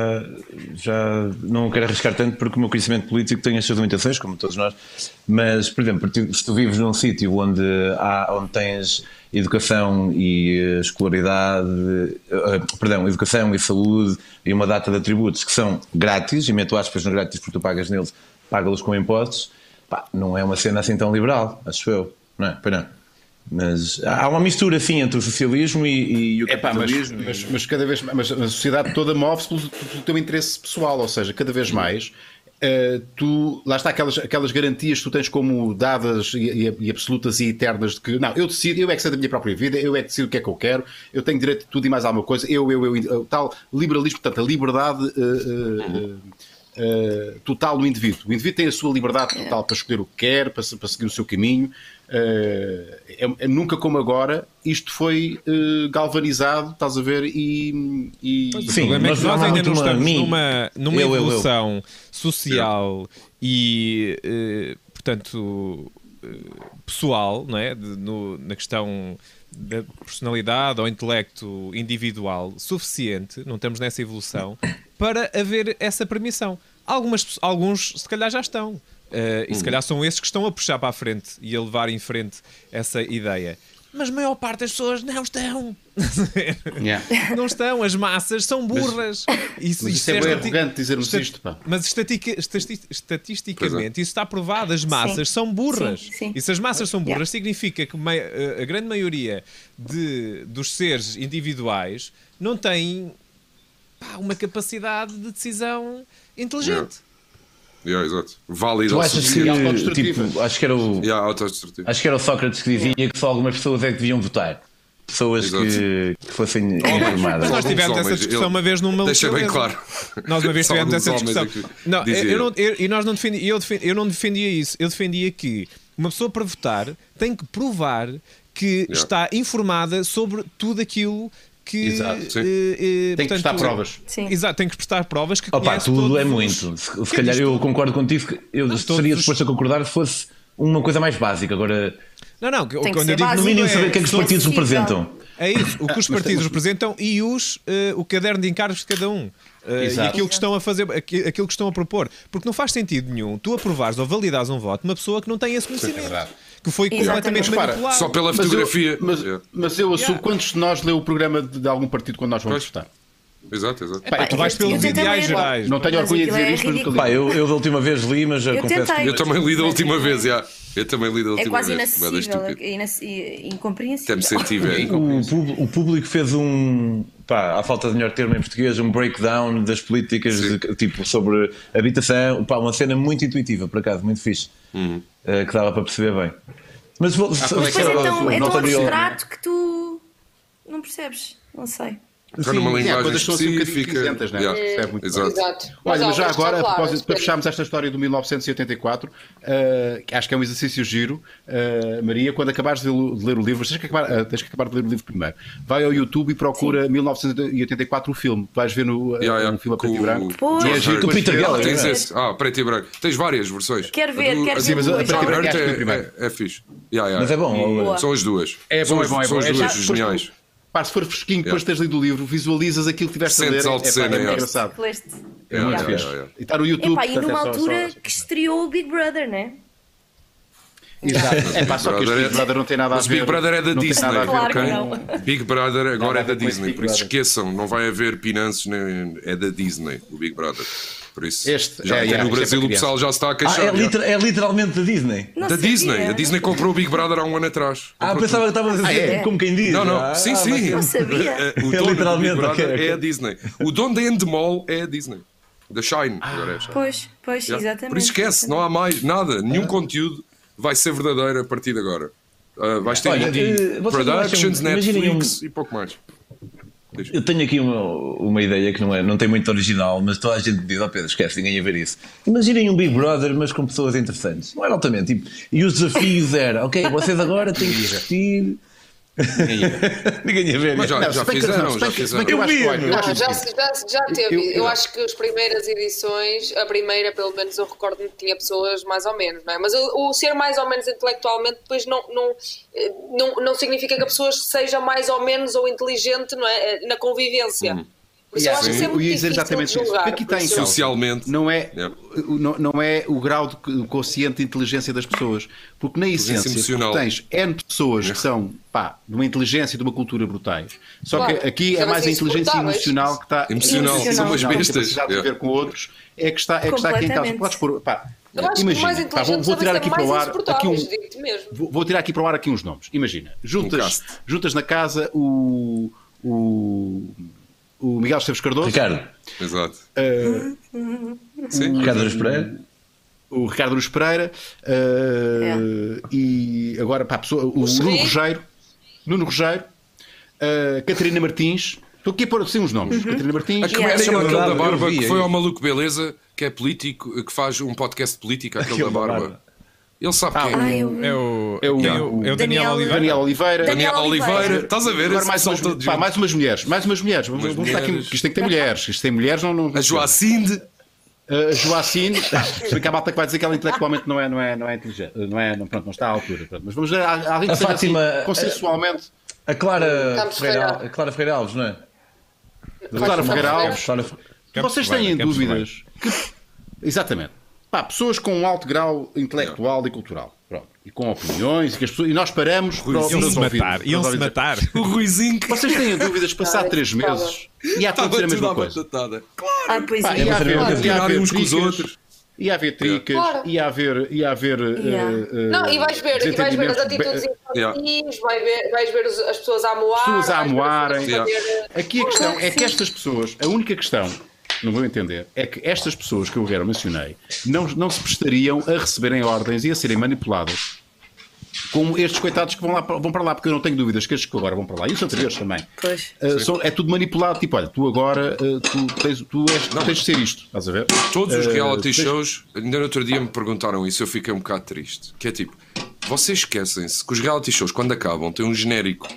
S6: não quero arriscar tanto, porque o meu conhecimento político tem as suas limitações, como todos nós. Mas, por exemplo, se tu vives num sítio onde tens educação e escolaridade, educação e saúde e uma data de atributos que são grátis, e meto aspas no grátis porque tu pagas neles, paga-los com impostos, não é uma cena assim tão liberal, acho eu, não é? Pois não. Mas há uma mistura assim entre o socialismo e o capitalismo.
S1: Mas cada vez mais, a sociedade toda move-se pelo teu interesse pessoal, ou seja, cada vez mais lá está aquelas garantias que tu tens como dadas e absolutas e eternas de que não, eu decido, eu é que sei da minha própria vida, eu é que decido o que é que eu quero, eu tenho direito de tudo e mais alguma coisa, tal liberalismo, portanto a liberdade total do indivíduo. O indivíduo tem a sua liberdade total para escolher o que quer, para seguir o seu caminho. Nunca como agora isto foi galvanizado, estás a ver,
S2: sim, o problema é que nós ainda não estamos numa evolução social e portanto pessoal, não é? Na questão da personalidade ou intelecto individual suficiente, não estamos nessa evolução para haver essa permissão. Alguns se calhar já estão. E se calhar são esses que estão a puxar para a frente e a levar em frente essa ideia. Mas a maior parte das pessoas não estão. Não estão. As massas são burras.
S1: Mas isso é bem arrogante dizermos isto. Pá.
S2: Mas estatisticamente isso está provado. As massas são burras. Sim. E se as massas são burras, significa que a grande maioria dos seres individuais não tem uma capacidade de decisão inteligente.
S3: Exato. Válido.
S6: Tu achas que acho que era o Sócrates que dizia que só algumas pessoas é que deviam votar, pessoas que fossem informadas.
S2: Mas nós tivemos essa discussão uma vez numa.
S3: Deixa bem claro.
S2: Nós uma vez tivemos essa discussão. Eu não defendia isso. Eu defendia que uma pessoa para votar tem que provar que está informada sobre tudo aquilo que
S1: tem que prestar provas.
S5: Sim.
S2: Exato, tem que prestar provas que
S6: tudo é muito. Se calhar eu concordo contigo, eu seria disposto a concordar se fosse uma coisa mais básica. Agora,
S2: não,
S5: tem
S2: quando eu digo
S6: no mínimo saber o que é que os partidos representam.
S2: É isso, o que os partidos representam e o caderno de encargos de cada um. E aquilo que estão a fazer, aquilo que estão a propor. Porque não faz sentido nenhum tu aprovares ou validares um voto de uma pessoa que não tem esse conhecimento. Que foi completamente manipulado.
S3: Só pela fotografia.
S1: Mas eu assumo quantos de nós lê o programa de algum partido quando nós vamos votar?
S3: Exato.
S2: Tu vais pelos ideais gerais.
S1: Não tenho orgulho de dizer isto, mas nunca li.
S6: Eu da última vez li, mas já confesso que...
S3: Eu também li da última vez, Eu também li da última vez.
S5: É quase inacessível e incompreensível.
S3: Até me senti
S6: o público fez à falta de melhor termo em português, um breakdown das políticas tipo sobre habitação, uma cena muito intuitiva, por acaso, muito fixe, que dava para perceber bem. Mas
S5: depois então é tão abstrato que tu não percebes, não sei.
S3: Está numa linguagem específica.
S1: Exato. Olha, mas já agora, a propósito, para fecharmos esta história do 1984, acho que é um exercício giro, Maria, quando acabares de ler o livro, tens que acabar de ler o livro primeiro. Vai ao YouTube e procura 1984 o filme. Vais ver um filme a preto e branco.
S6: E é giro. Peter Geller.
S3: Tens esse. Preto e branco. Tens várias versões.
S5: Quero ver.
S1: Mas a preto e branco
S3: é fixe.
S6: Mas é bom.
S3: São as duas.
S1: São
S3: as duas geniais.
S1: Se for fresquinho, depois de teres lido o livro, visualizas aquilo que tiveste a ler. É engraçado. É muito fixe. E está no YouTube.
S5: E numa altura que estreou o Big Brother, não é?
S1: Exato. Só que este Big Brother não tem nada a ver.
S3: Mas Big Brother é da Disney.
S5: Claro que não.
S3: Big Brother agora é da Disney. Por isso esqueçam, não vai haver pinanços, é da Disney, o Big Brother. Por isso, no Brasil o pessoal já se está a queixar.
S6: É literalmente da Disney?
S3: Da Disney. A Disney comprou o Big Brother há um ano atrás.
S6: Pensava que estava a dizer como quem diz.
S3: Não. Sim.
S5: Não sabia.
S3: O dono do Big Brother é a Disney. O dono da Endemol é a Disney. Da Shine. Agora é Shine.
S5: Pois, exatamente.
S3: Por isso esquece, não há mais nada. Nenhum conteúdo vai ser verdadeiro a partir de agora. Vais ter indie productions, Netflix e pouco mais.
S6: Eu tenho aqui uma ideia que não tem muito original, mas toda a gente diz: Pedro, esquece, ninguém ia ver isso. Imaginem um Big Brother, mas com pessoas interessantes. Não era altamente. E os desafios eram: vocês agora têm que vestir. Ninguém ia ver.
S3: Mas já fizeram.
S4: Já teve. Eu acho que as primeiras edições, a primeira, pelo menos eu recordo-me que tinha pessoas mais ou menos, não é? Mas o ser mais ou menos intelectualmente depois não significa que a pessoa seja mais ou menos ou inteligente, não é? Na convivência. Por isso eu acho que é muito difícil exatamente de julgar.
S1: Aqui está em
S3: socialmente.
S1: Não é o grau de consciente de inteligência das pessoas. Porque na essência tu tens N pessoas que são de uma inteligência e de uma cultura brutais. Só que aqui é mais a inteligência emocional que está...
S3: Emocional, são umas bestas.
S1: A ver com outros é que está aqui em causa. Podes pôr...
S4: Imagina,
S1: vou tirar aqui para o ar vou tirar aqui para o ar aqui uns nomes. Imagina, juntas na casa o Miguel Esteves Cardoso.
S6: Ricardo.
S3: Exato.
S6: Ricardo Aruz Pereira.
S1: O Ricardo Aruz Pereira. E agora o Nuno Rogério. Catarina Martins. Estou aqui a pôr assim uns nomes. Catarina Martins.
S3: Como é que se chama aquele da Barba que foi ao Maluco Beleza, que é político, que faz um podcast de política, aquele da Barba. Ele sabe quem
S2: é o Daniel Oliveira.
S3: Daniel Oliveira. Estás a ver?
S1: Agora mais umas mulheres. Vamos estar aqui. Isto tem que ter mulheres. Isto tem mulheres, não.
S3: A Joacinde.
S1: A Joacine, explica a malta que vai dizer que ela intelectualmente não é inteligente. Não está à altura. Mas vamos ver. Alguém que seja assim, consensualmente.
S6: A Clara Ferreira Alves, não é?
S1: Clara Ferreira Alves. Vocês têm dúvidas? Exatamente. Pessoas com um alto grau intelectual e cultural. Pronto. E com opiniões. E nós paramos para
S2: Iam-se matar.
S3: O Ruizinho.
S1: Vocês têm dúvidas passar 3 meses e há a acontecer a mesma coisa.
S3: Claro.
S5: Pois é.
S1: Ia haver uns com os outros. Ia haver tricas. Ia haver.
S4: Não, e vais ver as atitudes infantis, vais ver as pessoas a amoarem.
S1: Aqui a questão é que estas pessoas, a única questão, no meu entender, é que estas pessoas que eu agora mencionei não se prestariam a receberem ordens e a serem manipuladas como estes coitados que vão para lá, porque eu não tenho dúvidas que estes que agora vão para lá, e os anteriores também, é tudo manipulado, tipo, olha, tu agora tens de ser isto, estás a ver?
S3: Todos os reality shows, ainda no outro dia me perguntaram isso, eu fiquei um bocado triste, que é tipo, vocês esquecem-se que os reality shows quando acabam têm um genérico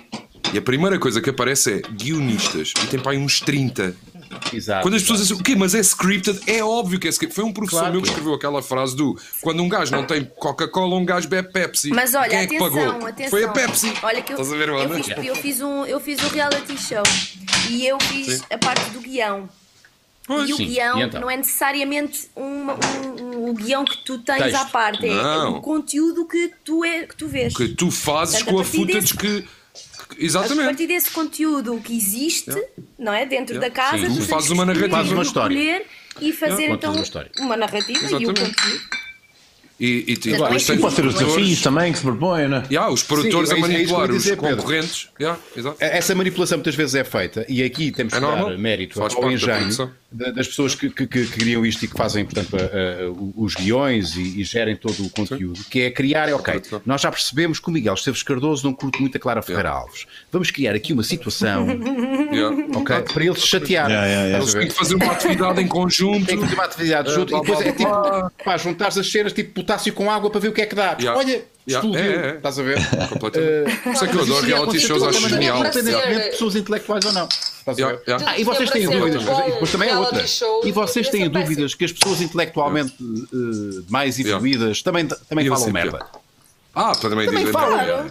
S3: E a primeira coisa que aparece é guionistas. E tem para aí uns 30.
S1: Exato.
S3: Quando as pessoas dizem, o quê? Mas é scripted? É óbvio que é scripted. Foi um professor meu que escreveu aquela frase do quando um gajo não tem Coca-Cola, um gajo bebe Pepsi.
S5: Mas olha,
S3: quem
S5: atenção,
S3: é que pagou?
S5: atenção.
S3: Foi a Pepsi.
S5: Olha que
S3: Estás a ver, Ana?
S5: eu fiz um reality show e eu fiz a parte do guião.
S3: Pois.
S5: E o guião
S1: então?
S5: não é necessariamente o guião que tu tens à parte, é o conteúdo que tu vês.
S3: Que tu fazes
S5: Portanto,
S3: com a footage que.
S5: A
S3: Exatamente.
S5: partir desse conteúdo que existe, não é? Dentro da casa,
S3: Tu fazes uma narrativa.
S1: Fazes uma história.
S5: E fazer então uma narrativa e um conteúdo.
S3: E
S6: depois pode ser os desafios também que se propõem, não é?
S3: Os produtores a manipular os
S1: dizer,
S3: concorrentes.
S1: Essa manipulação muitas vezes é feita, e aqui temos que dar mérito ao engenho das pessoas que criam isto e que fazem, portanto, os guiões e gerem todo o conteúdo, que é criar, nós já percebemos que o Miguel Esteves Cardoso não curte muito a Clara Ferreira Alves. Vamos criar aqui uma situação para ele se chatear.
S3: Eles têm que fazer uma atividade em conjunto.
S1: Tem que fazer uma atividade junto e depois é tipo, juntar-se as cenas, tipo potássio com água para ver o que é que dá. Olha, explodiu. Estás a ver?
S3: Completamente. Por isso é que eu adoro reality shows, acho genial.
S1: Independentemente de pessoas intelectuais ou não. E vocês têm dúvidas, e depois também é outra. E vocês têm dúvidas que as pessoas intelectualmente mais evoluídas também falam merda.
S3: Também
S1: falam.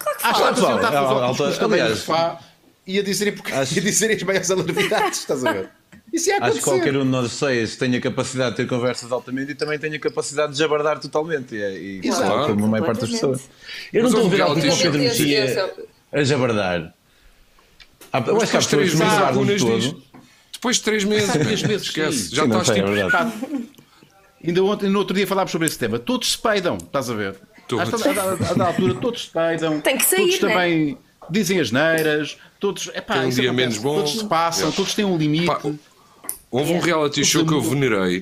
S1: Aliás, e a dizerem as maiores alarvidades, estás a ver? Isso é
S6: acho que qualquer um de nós seis tem a capacidade de ter conversas altamente e também tem a capacidade de jabardar totalmente.
S1: Exato.
S6: Como a maior parte das pessoas. Eu não estou a ver algo que o Pedro mexia a jabardar. Eu acho que há pessoas que me jabardam de todo.
S3: Depois de 3 meses, esquece. Já estás tipo.
S1: Ainda ontem, no outro dia, falámos sobre esse tema. Todos se peidam, estás a ver? A da altura, todos se peidam.
S5: Tem que sair,
S1: todos também dizem asneiras. Todos,
S3: tem um dia menos bom.
S1: Todos se passam, todos têm um limite.
S3: Houve um reality show que eu venerei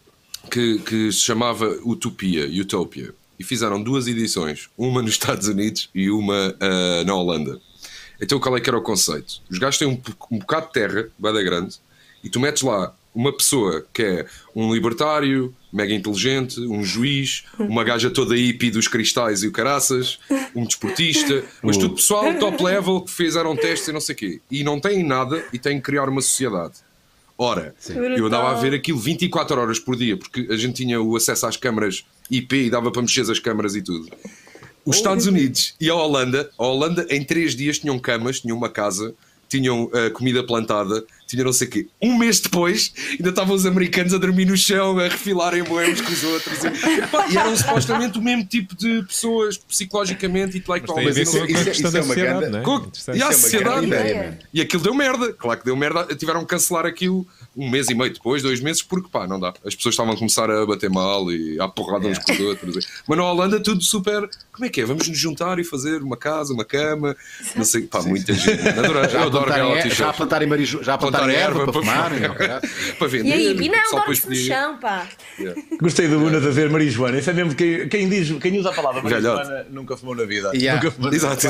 S3: que se chamava Utopia, e fizeram 2 edições, uma nos Estados Unidos e uma na Holanda. Então qual é que era o conceito? Os gajos têm um bocado de terra, bada grande, e tu metes lá uma pessoa que é um libertário, mega inteligente, um juiz, uma gaja toda hippie dos cristais e o caraças, um desportista, mas tudo pessoal top level que fizeram testes e não sei o quê. E não têm nada e têm que criar uma sociedade. Ora, eu andava a ver aquilo 24 horas por dia, porque a gente tinha o acesso às câmaras IP e dava para mexer as câmaras e tudo. Os Estados Unidos e a Holanda em 3 dias tinham camas, tinham uma casa, tinham comida plantada, tinham não sei o quê. Um mês depois, ainda estavam os americanos a dormir no chão, a refilarem moemos com os outros. E eram supostamente o mesmo tipo de pessoas, psicologicamente e intelectualmente.
S2: Isso é uma grande, não é?
S3: E a sociedade. E aquilo deu merda. Claro que deu merda. Tiveram que cancelar aquilo 1 mês e meio depois, 2 meses, porque não dá. As pessoas estavam a começar a bater mal e a porrada uns com os outros. Mas na Holanda tudo super. Como é que é? Vamos nos juntar e fazer uma casa, uma cama, não sei, muita gente. Eu adoro reality shows.
S1: Já plantarem erva para fumar,
S3: para vender.
S5: E não, dorme-se no chão, pá.
S6: Gostei do Bruno a dizer marijuana. Isso é mesmo quem usa a palavra marijuana nunca fumou na vida. Nunca fumou.
S3: Exato.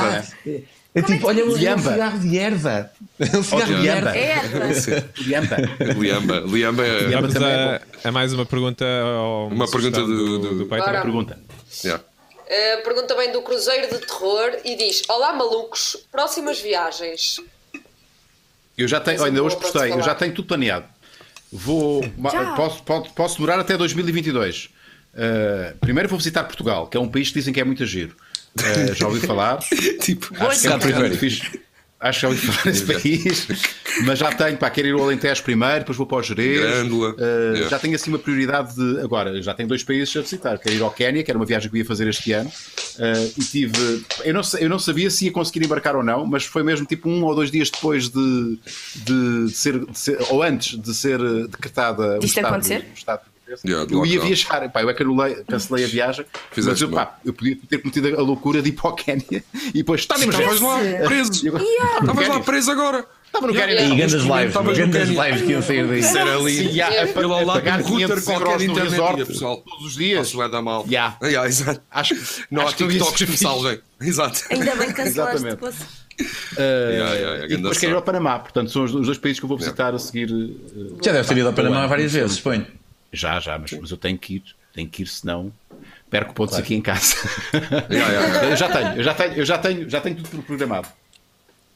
S6: É tipo, olha, um cigarro de erva. Um cigarro de erva.
S3: Liamba
S2: é mais uma pergunta.
S3: Uma pergunta do
S2: Peter.
S1: Pergunta.
S4: Pergunta também do Cruzeiro de Terror e diz: olá malucos, próximas viagens.
S1: Eu já tenho, ainda hoje postei, eu já tenho tudo planeado. Posso demorar até 2022. Primeiro vou visitar Portugal, que é um país que dizem que é muito giro. Já ouvi falar. Acho que já ouvi falar nesse país, mas já tenho, quero ir ao Alentejo primeiro, depois vou para o Jerez. Já tenho assim uma prioridade de. Agora, já tenho 2 países a visitar. Quero ir ao Quénia, que era uma viagem que eu ia fazer este ano, e tive. Eu não sabia se ia conseguir embarcar ou não, mas foi mesmo tipo 1 ou 2 dias depois de ser ou antes de ser decretada o estado. Eu ia viajar, eu é que cancelei a viagem, mas eu podia ter cometido a loucura de ir para o Quénia e depois
S3: estavas lá preso. Estavas lá preso agora.
S1: Estava no Quénia.
S6: E grandes lives que iam sair daí.
S3: Isso era ali.
S1: Ele ao lado de um router qualquer internet,
S3: pessoal.
S1: Todos os dias.
S3: Isso vai dar mal.
S1: Exato.
S3: Acho que não há TikToks que me salvem. Exato.
S5: Ainda bem que cancelaste depois.
S1: E depois quero ir ao Panamá. Portanto, são os 2 países que eu vou visitar a seguir.
S6: Já deve ter ido ao Panamá várias vezes, suponho.
S1: Já, mas eu tenho que ir, senão perco pontos aqui em casa. Eu já tenho tudo programado.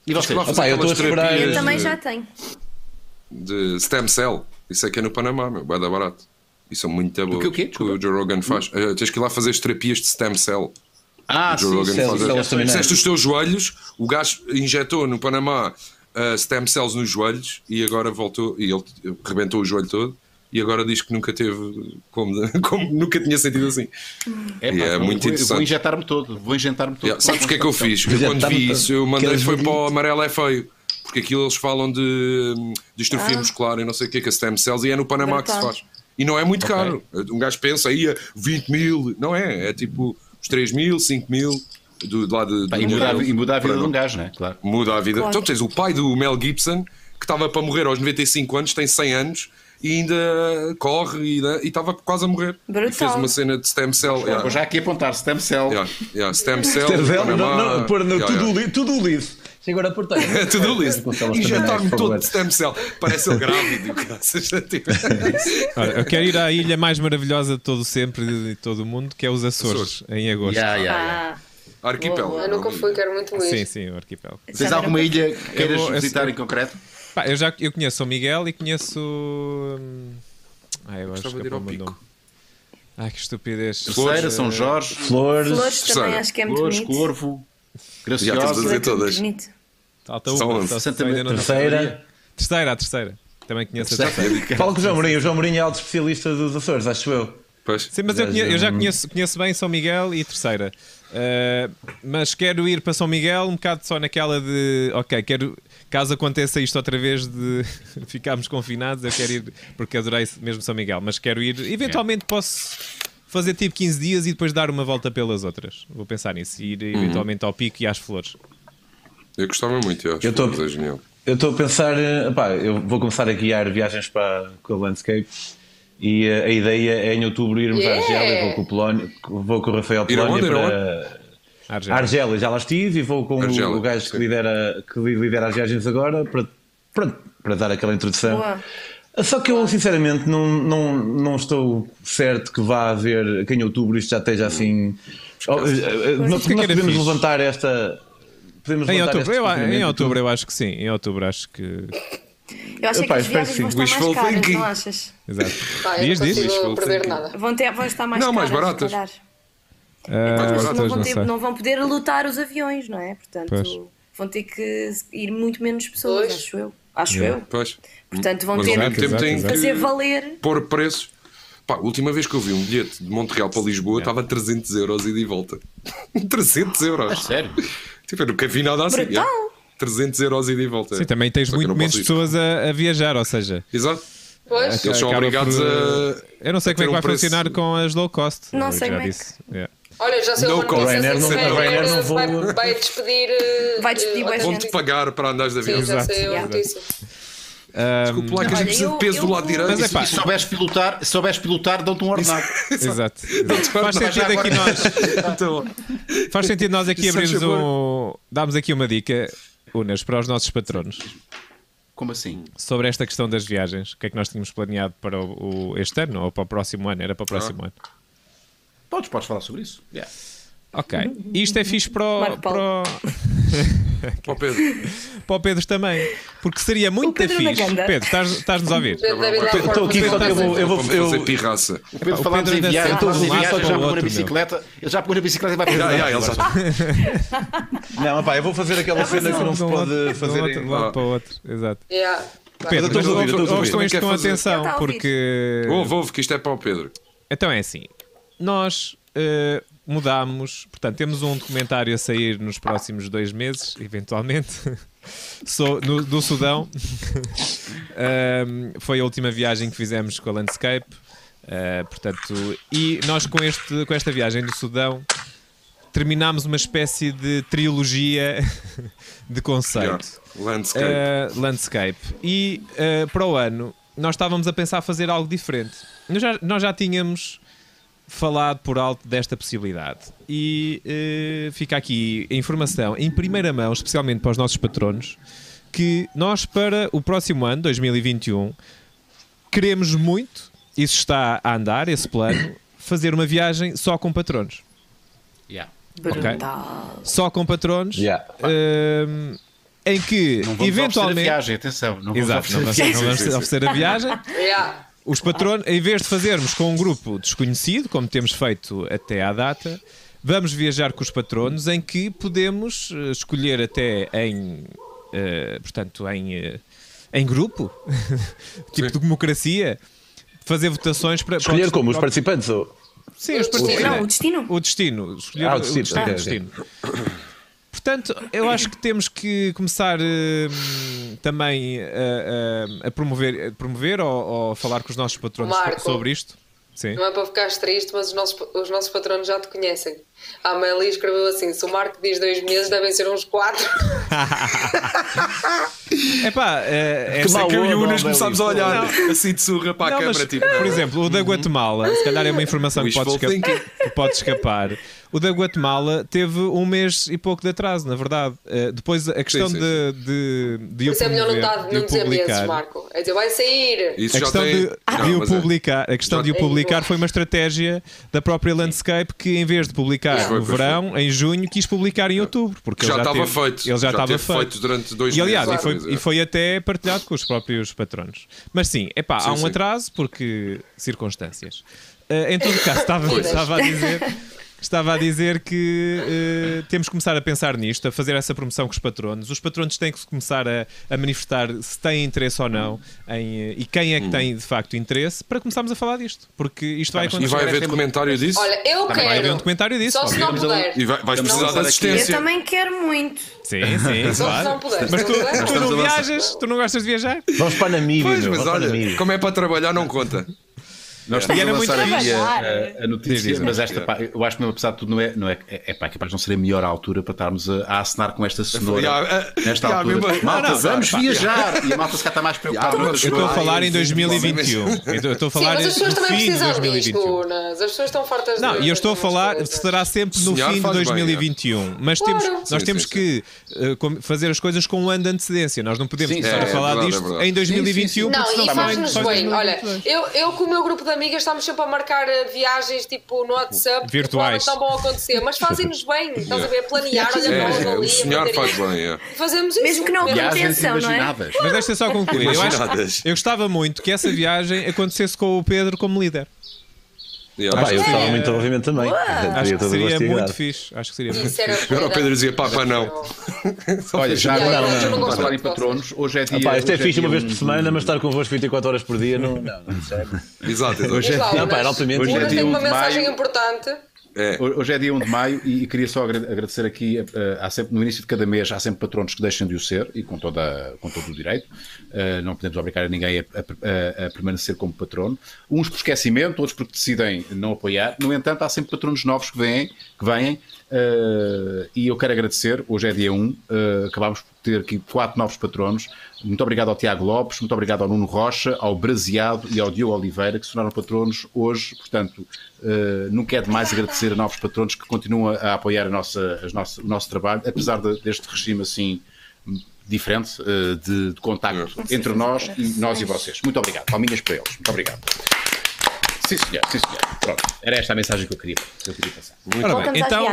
S1: E vocês?
S6: Eu estou a esperar.
S5: Eu também já tenho.
S3: De stem cell. Isso é que é no Panamá, meu. Vai dar barato. Isso é muito bom.
S1: O quê?
S3: Que o Joe Rogan faz. Tens que ir lá fazer as terapias de stem cell.
S1: O
S3: Joe Rogan
S1: sim.
S3: Disseste os teus joelhos, o gajo injetou no Panamá stem cells nos joelhos e agora voltou e ele rebentou o joelho todo e agora diz que nunca teve como nunca tinha sentido assim. É muito interessante.
S1: Vou injetar-me todo.
S3: Sabes porque é que eu fiz? Eu quando vi isso, eu mandei foi para o amarelo é feio. Porque aquilo eles falam de distrofia muscular e não sei o que é stem cells e é no Panamá que se faz. E não é muito caro. Um gajo pensa aí a 20 mil, não é? É tipo os 3 mil, 5 mil do lado de.
S1: E muda a vida de um gajo, não é? Claro.
S3: Muda a vida. Claro. Então tens o pai do Mel Gibson que estava para morrer aos 95 anos, tem 100 anos e ainda corre e estava quase a morrer. E fez uma cena de stem cell.
S1: Vou já aqui apontar stem cell.
S3: Stem cell.
S6: Tudo liso. Agora por
S3: tudo liso. Injetar-me todo de stem cell. Parece ele grávido.
S2: Olha, eu quero ir à ilha mais maravilhosa de todo sempre de todo o mundo, que é os Açores, em agosto.
S3: Arquipélago.
S4: Eu nunca fui, quero muito ir.
S2: Sim, o arquipélago.
S1: Tens alguma ilha que queiras visitar em concreto?
S2: Eu conheço São Miguel e conheço. Eu acho que é o Pico. Ai, que estupidez.
S1: Terceira, São Jorge,
S5: Flores também acho que é muito bonito.
S1: Corvo,
S3: Graciosa. Já estás a dizer todas.
S2: Falta uma. Terceira. Também conheço a terceira.
S6: Fala com o João Mourinho. O João Mourinho é alto especialista dos Açores, acho eu.
S3: Pois.
S2: Sim, mas eu já conheço bem São Miguel e Terceira. Mas quero ir para São Miguel um bocado só naquela de caso aconteça isto outra vez de ficarmos confinados, eu quero ir porque adorei mesmo São Miguel, mas quero ir, eventualmente posso fazer tipo 15 dias e depois dar uma volta pelas outras. Vou pensar nisso e ir eventualmente ao Pico e às Flores.
S3: Eu gostava muito, é genial.
S6: Eu estou a pensar, eu vou começar a guiar viagens com a Landscape e a ideia é em outubro irmos à Argélia, vou com o Rafael Polónia para Argélia, já lá estive e vou com o gajo que lidera as viagens agora para dar aquela introdução. Boa. Só que eu sinceramente não estou certo que vá haver que em outubro isto já esteja assim. Nós podemos levantar esta.
S2: Em outubro eu acho que sim. Em outubro acho que.
S5: Eu acho que as viagens vão estar mais caras, não achas?
S2: Exato.
S4: Eu não consigo prever nada.
S5: Vão estar mais caras.
S3: Não, mais baratas.
S5: Não vão poder lutar os aviões, não é? Portanto, vão ter que ir muito menos pessoas, acho eu.
S3: Pois.
S5: Portanto, vão ter que fazer valer.
S3: Pôr preços. A última vez que eu vi um bilhete de Montreal para Lisboa estava a 300 euros ida e volta. 300 euros.
S1: É sério?
S3: Tipo, eu nunca vi nada assim. 300 euros ida e volta.
S2: Sim, também tens muito menos pessoas a viajar, ou seja.
S3: Exato. Pois. Eles são obrigados a.
S2: Eu não sei como é que vai funcionar com as low cost.
S5: Não sei como é que.
S4: Olha, já sei uma notícia. Vai despedir.
S3: Vão-te pagar para andares de avião.
S4: Sim, já sei a notícia.
S3: Desculpa lá que a gente precisa de peso do lado direito.
S1: Mas se souberes pilotar, dão-te um ordenado.
S2: Exato. Faz sentido aqui nós. Faz sentido nós aqui abrirmos darmos aqui uma dica, Unas, para os nossos patronos.
S1: Como assim?
S2: Sobre esta questão das viagens. O que é que nós tínhamos planeado para este ano ou para o próximo ano? Era para o próximo ano.
S1: Podes falar sobre isso. Yeah.
S2: Ok. Isto é fixe para
S3: o Pedro.
S2: Para o Pedro também. Porque seria muito fixe. Pedro, estás-nos a ouvir?
S6: Estou aqui, eu vou
S3: fazer pirraça.
S1: O Pedro falámos em viagem, já pegou na bicicleta. Ele já pegou na bicicleta e vai fazer.
S6: Não, eu vou fazer aquela cena que não se pode fazer
S2: de um lado para o outro. Exato.
S3: Pedro,
S2: ouçam isto com atenção, porque.
S3: Ouve, que isto é para o Pedro.
S2: Então é assim. Nós mudámos, portanto, temos um documentário a sair nos próximos 2 meses, eventualmente, do Sudão. Foi a última viagem que fizemos com a Landscape. Portanto, e nós com esta viagem do Sudão terminámos uma espécie de trilogia de conceito. Landscape. E para o ano nós estávamos a pensar fazer algo diferente. Nós já tínhamos falado por alto desta possibilidade e fica aqui a informação em primeira mão, especialmente para os nossos patronos, que nós para o próximo ano, 2021, queremos muito, isso está a andar, esse plano, fazer uma viagem só com patronos.
S1: Yeah.
S2: Okay? Só com patronos.
S6: Yeah.
S2: em que
S1: não vamos
S2: eventualmente.
S1: A viagem, atenção, não vamos
S2: Exato, não vamos oferecer a viagem.
S4: Yeah.
S2: Os patronos, em vez de fazermos com um grupo desconhecido, como temos feito até à data, vamos viajar com os patronos, em que podemos escolher até em grupo, tipo de democracia, fazer votações para
S6: escolher como os participantes ou...
S2: Sim, os participantes.
S5: Não, o destino.
S2: O destino. Escolher o destino. Portanto, eu acho que temos que começar também a promover ou falar com os nossos patronos sobre isto. Sim.
S4: Não é para ficares triste, mas os nossos patronos já te conhecem. A Amélia escreveu assim: se o Marco diz 2 meses, devem ser uns 4.
S2: Epá,
S3: que eu e o Unas começámos a olhar assim de surra para a câmara. Tipo,
S2: por exemplo, o da Guatemala, se calhar é uma informação que pode escapar. O da Guatemala teve 1 mês e pouco de atraso, na verdade. Depois a questão de o
S4: isso é melhor não dizer meses, Marco. É dizer, vai sair.
S2: A questão de o publicar foi uma estratégia da própria Landscape, que em vez de publicar no verão, em junho, quis publicar em outubro. Porque
S3: já estava feito.
S2: Ele já estava
S3: feito durante 2
S2: meses.
S3: E,
S2: aliás, e foi até partilhado com os próprios patronos. Mas sim, há um atraso porque circunstâncias. Em todo caso, estava a dizer que temos que começar a pensar nisto, a fazer essa promoção com os patronos. Os patronos têm que começar a manifestar se têm interesse ou não e quem é que tem de facto interesse, para começarmos a falar disto, porque isto vai acontecer.
S3: E vai haver documentário disso?
S4: Olha, eu quero.
S2: Vai haver um documentário disso.
S4: Só se não puder.
S3: E vais precisar de assistência.
S5: Eu também quero muito.
S2: Sim,
S4: só
S2: claro.
S4: se não puder.
S2: Mas tu não viajas? Tu não gostas de viajar?
S6: Vamos para a Namíbia.
S3: Pois, mas olha, como é para trabalhar, não conta.
S1: Nós estamos a lançar aqui
S5: trabalhar.
S1: a notícia, mas esta, pá, eu acho que mesmo, apesar de tudo, é capaz de não ser a melhor altura para estarmos a acenar com esta cenoura nesta altura. Malta, vamos viajar! E a malta se cá está mais preocupada.
S2: Eu estou a falar em 2021. Eu estou a falar
S4: mas as pessoas também
S2: no fim de
S4: precisam
S2: 2021.
S4: disto, As pessoas estão fartas
S2: Não, e eu estou a falar, será sempre no fim de 2021. Mas nós temos que fazer as coisas com um ano de antecedência. Nós não podemos começar a falar disto em 2021.
S4: Não, e faz-nos bem. Olha, eu com o meu grupo de amigas estamos sempre a marcar viagens tipo no WhatsApp
S2: virtuais,
S4: que não vão acontecer, mas fazem-nos bem, estás a ver, planear, olha para nós ali,
S3: o senhor faz bem,
S4: fazemos isso,
S5: mesmo que não aconteça, não é?
S2: Mas deixa só concluir. Eu gostava muito que essa viagem acontecesse com o Pedro como líder.
S6: Eu gostava muito, obviamente, também.
S2: Acho que seria muito fixe.
S3: Agora o Pedro dizia: pá, não.
S1: Olha, já agora vamos falar em patronos. Hoje é dia.
S6: Isto é fixe uma vez por semana, mas estar convosco 24 horas por dia não serve.
S3: Exato.
S1: Hoje é dia 1
S4: uma
S1: de
S4: mensagem
S1: maio.
S4: Importante.
S1: Hoje é dia 1 de maio e queria só agradecer aqui, no início de cada mês há sempre patronos que deixam de o ser, e com todo o direito. Não podemos obrigar a ninguém a permanecer como patrono. Uns por esquecimento, outros porque decidem não apoiar. No entanto, há sempre patronos novos que vêm, e eu quero agradecer. Hoje é dia 1, acabámos por ter aqui 4 novos patronos. Muito obrigado ao Tiago Lopes, muito obrigado ao Nuno Rocha, ao Braseado e ao Diogo Oliveira, que se tornaram patronos hoje. Portanto, nunca é demais agradecer a novos patronos que continuam a apoiar o nosso trabalho, apesar deste regime assim diferente de contacto entre nós e vocês. Muito obrigado. Palminhas para eles. Muito obrigado. Sim, senhor. Pronto. Era esta a mensagem que eu queria passar.
S2: Muito bem. Então,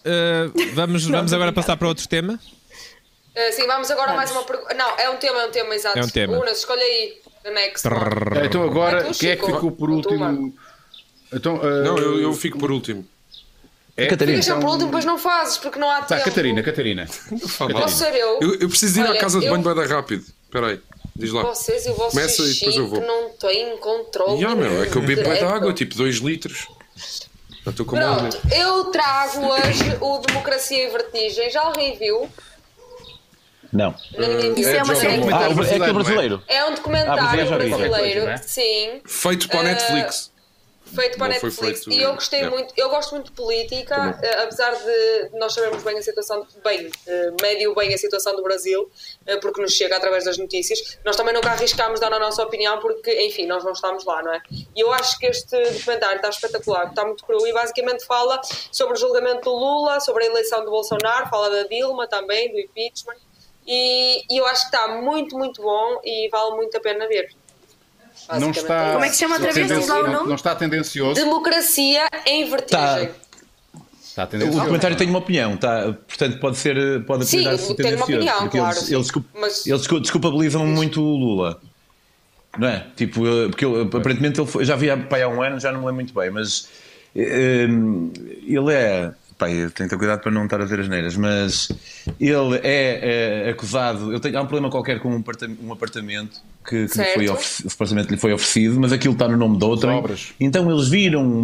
S2: vamos agora passar para outro tema.
S4: Sim, vamos agora a mais uma pergunta. Não, é um tema, exato.
S2: É um tema.
S4: Unas, escolhe aí. The next
S1: então agora, quem é que ficou por último?
S3: Não, eu fico por último.
S1: Catarina.
S4: Ficas por último, depois não fazes, porque não há tempo.
S1: Catarina.
S4: Posso ser eu?
S3: Eu preciso ir à casa de banho, vai dar rápido. Espera aí, diz lá.
S4: Vocês e o vosso
S3: Começa
S4: xixi
S3: e depois eu vou.
S4: que não têm controle.
S3: É que eu bebo bem de água, tipo 2 litros.
S4: Pronto, eu trago hoje o Democracia e Vertigem. Já alguém viu?
S6: Não.
S5: Isso é uma série.
S6: É que é brasileiro.
S4: É um documentário brasileiro, sim.
S3: Feito para a Netflix.
S4: Feito para a Netflix. E eu gostei muito, eu gosto muito de política, apesar de nós sabermos bem a situação, médio bem a situação do Brasil, porque nos chega através das notícias. Nós também nunca arriscámos dar a nossa opinião, porque, enfim, nós não estamos lá, não é? E eu acho que este documentário está espetacular, está muito cru e basicamente fala sobre o julgamento do Lula, sobre a eleição do Bolsonaro, fala da Dilma também, do impeachment. E eu acho que está muito, muito bom e vale muito a pena ver.
S1: Não está,
S5: como é que se chama outra vez? Diz lá o nome?
S1: Não está tendencioso.
S4: Democracia em Vertigem.
S6: O comentário tem uma opinião, portanto pode apelidar-se
S4: tem uma opinião, claro.
S6: Eles desculpabilizam muito o Lula. Não é? Tipo, porque aparentemente eu já vi há um ano, já não me lembro muito bem, mas ele é. Eu tenho que ter cuidado para não estar a dizer as neiras, mas ele é acusado. Há um problema qualquer com um apartamento que supostamente lhe foi oferecido, mas aquilo está no nome de outrem. Então eles viram,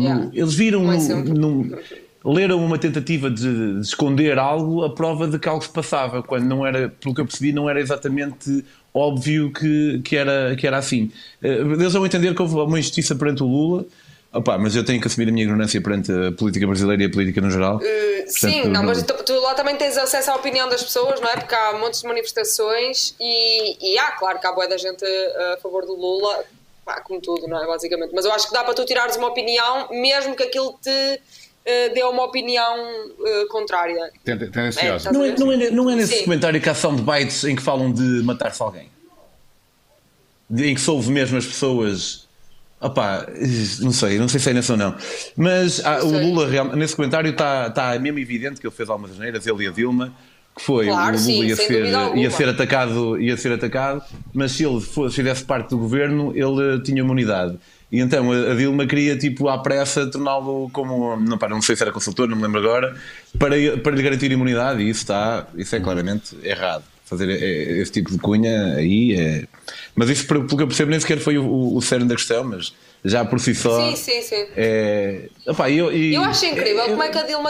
S6: leram uma tentativa de esconder algo, a prova de que algo se passava, quando não era, pelo que eu percebi, não era exatamente óbvio que era assim. Eles vão entender que houve uma injustiça perante o Lula. Mas eu tenho que assumir a minha ignorância perante a política brasileira e a política no geral.
S4: Portanto, mas tu lá também tens acesso à opinião das pessoas, não é? Porque há montes de manifestações e há, claro que há boa da gente a favor do Lula, como tudo, não é? Basicamente. Mas eu acho que dá para tu tirares uma opinião, mesmo que aquilo te dê uma opinião contrária.
S1: Tendenciosa.
S6: Não é nesse comentário que há soundbites em que falam de matar-se alguém? Em que se ouve mesmo as pessoas... não sei se é nesse ou não. Mas o Lula, nesse comentário, está mesmo evidente que ele fez algumas asneiras, ele e a Dilma, que foi
S4: claro,
S6: o Lula ia ser atacado, mas se ele fizesse parte do governo, ele tinha imunidade. E então a Dilma queria, tipo, à pressa, torná-lo como. Não sei se era consultor, não me lembro agora, para lhe garantir imunidade, e isso é claramente errado. Fazer esse tipo de cunha aí mas isso, pelo que eu percebo, nem sequer foi o cerne da questão, mas já por si só.
S4: Sim.
S6: Eu
S4: acho incrível como é que a Dilma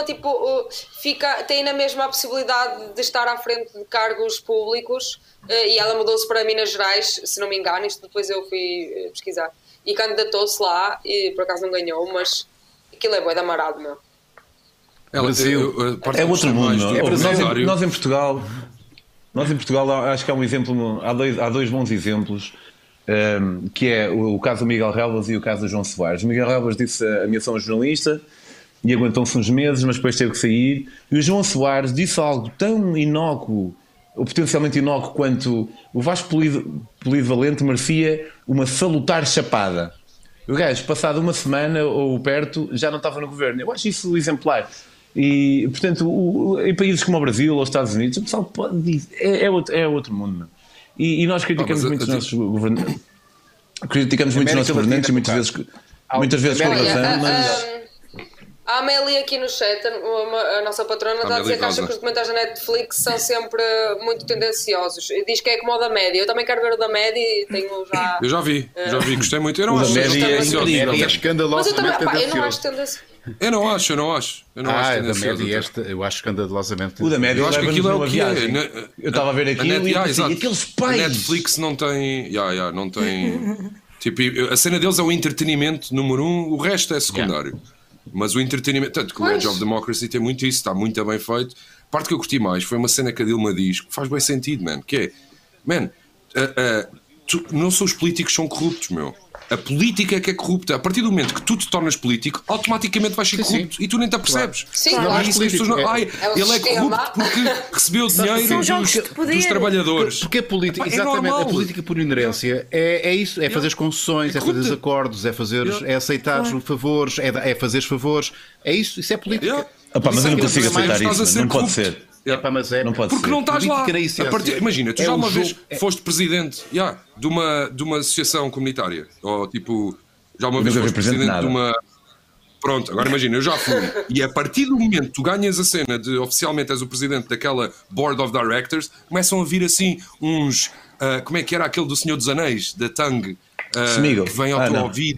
S4: tem na mesma a possibilidade de estar à frente de cargos públicos, e ela mudou-se para Minas Gerais, se não me engano, isto depois eu fui pesquisar, e candidatou-se lá, e por acaso não ganhou, mas aquilo é bué de amarado, meu.
S6: É outro mundo. Nós em Portugal acho que há um exemplo, há dois bons exemplos, que é o caso do Miguel Relvas e o caso do João Soares. O Miguel Relvas ameaçou um jornalista e aguentou-se uns meses, mas depois teve que sair. E o João Soares disse algo tão inócuo, ou potencialmente inócuo, quanto o Vasco Polivalente merecia uma salutar chapada. O gajo, passado uma semana ou perto, já não estava no governo. Eu acho isso exemplar. E, portanto, em países como o Brasil ou os Estados Unidos, o pessoal pode dizer, é outro mundo. E nós criticamos muito os nossos governantes. Criticamos muito os nossos governantes e muitas vezes com razão, mas...
S4: A Amélia aqui no chat, a nossa patrona, está a dizer que acha que os documentários da Netflix são sempre muito tendenciosos. Diz que é como o da Média. Eu também quero ver o da Média e tenho já...
S3: Eu já vi, gostei muito. Eu não acho
S1: tendencioso. É escandalosamente tendencioso.
S4: Eu não acho tendencioso.
S3: Eu não acho
S1: eu acho escandalosamente.
S6: O da Média,
S3: eu acho que aquilo é o que é.
S6: Eu estava a ver aquilo e aqueles pais.
S3: A Netflix não tem. Não tem. Tipo, a cena deles é o entretenimento número 1, o resto é secundário. Mas o entretenimento. Tanto que o Edge of Democracy tem muito isso, está muito bem feito. A parte que eu curti mais foi uma cena que a Dilma diz que faz bem sentido, man. Que é, não são os políticos que são corruptos, meu. A política é que é corrupta. A partir do momento que tu te tornas político, automaticamente vais ser corrupto e tu nem te apercebes.
S4: Claro.
S3: E isso que as pessoas não... ele é corrupto porque recebeu dinheiro dos trabalhadores.
S1: Porque a política, exatamente, a política por inerência é isso, é fazer concessões, é fazer acordos, é aceitar favores, é fazer favores. É isso é política.
S6: Mas eu não consigo aceitar isso, não pode ser.
S3: Não pode porque ser. Não estás lá. Imagina, tu já uma vez foste presidente de uma associação comunitária, ou tipo, já uma vez foste presidente de uma. Pronto, agora imagina, eu já fui. E a partir do momento que tu ganhas a cena de oficialmente és o presidente daquela Board of Directors, começam a vir assim uns. Como é que era aquele do Senhor dos Anéis, da Tang, que vem ao teu ouvido.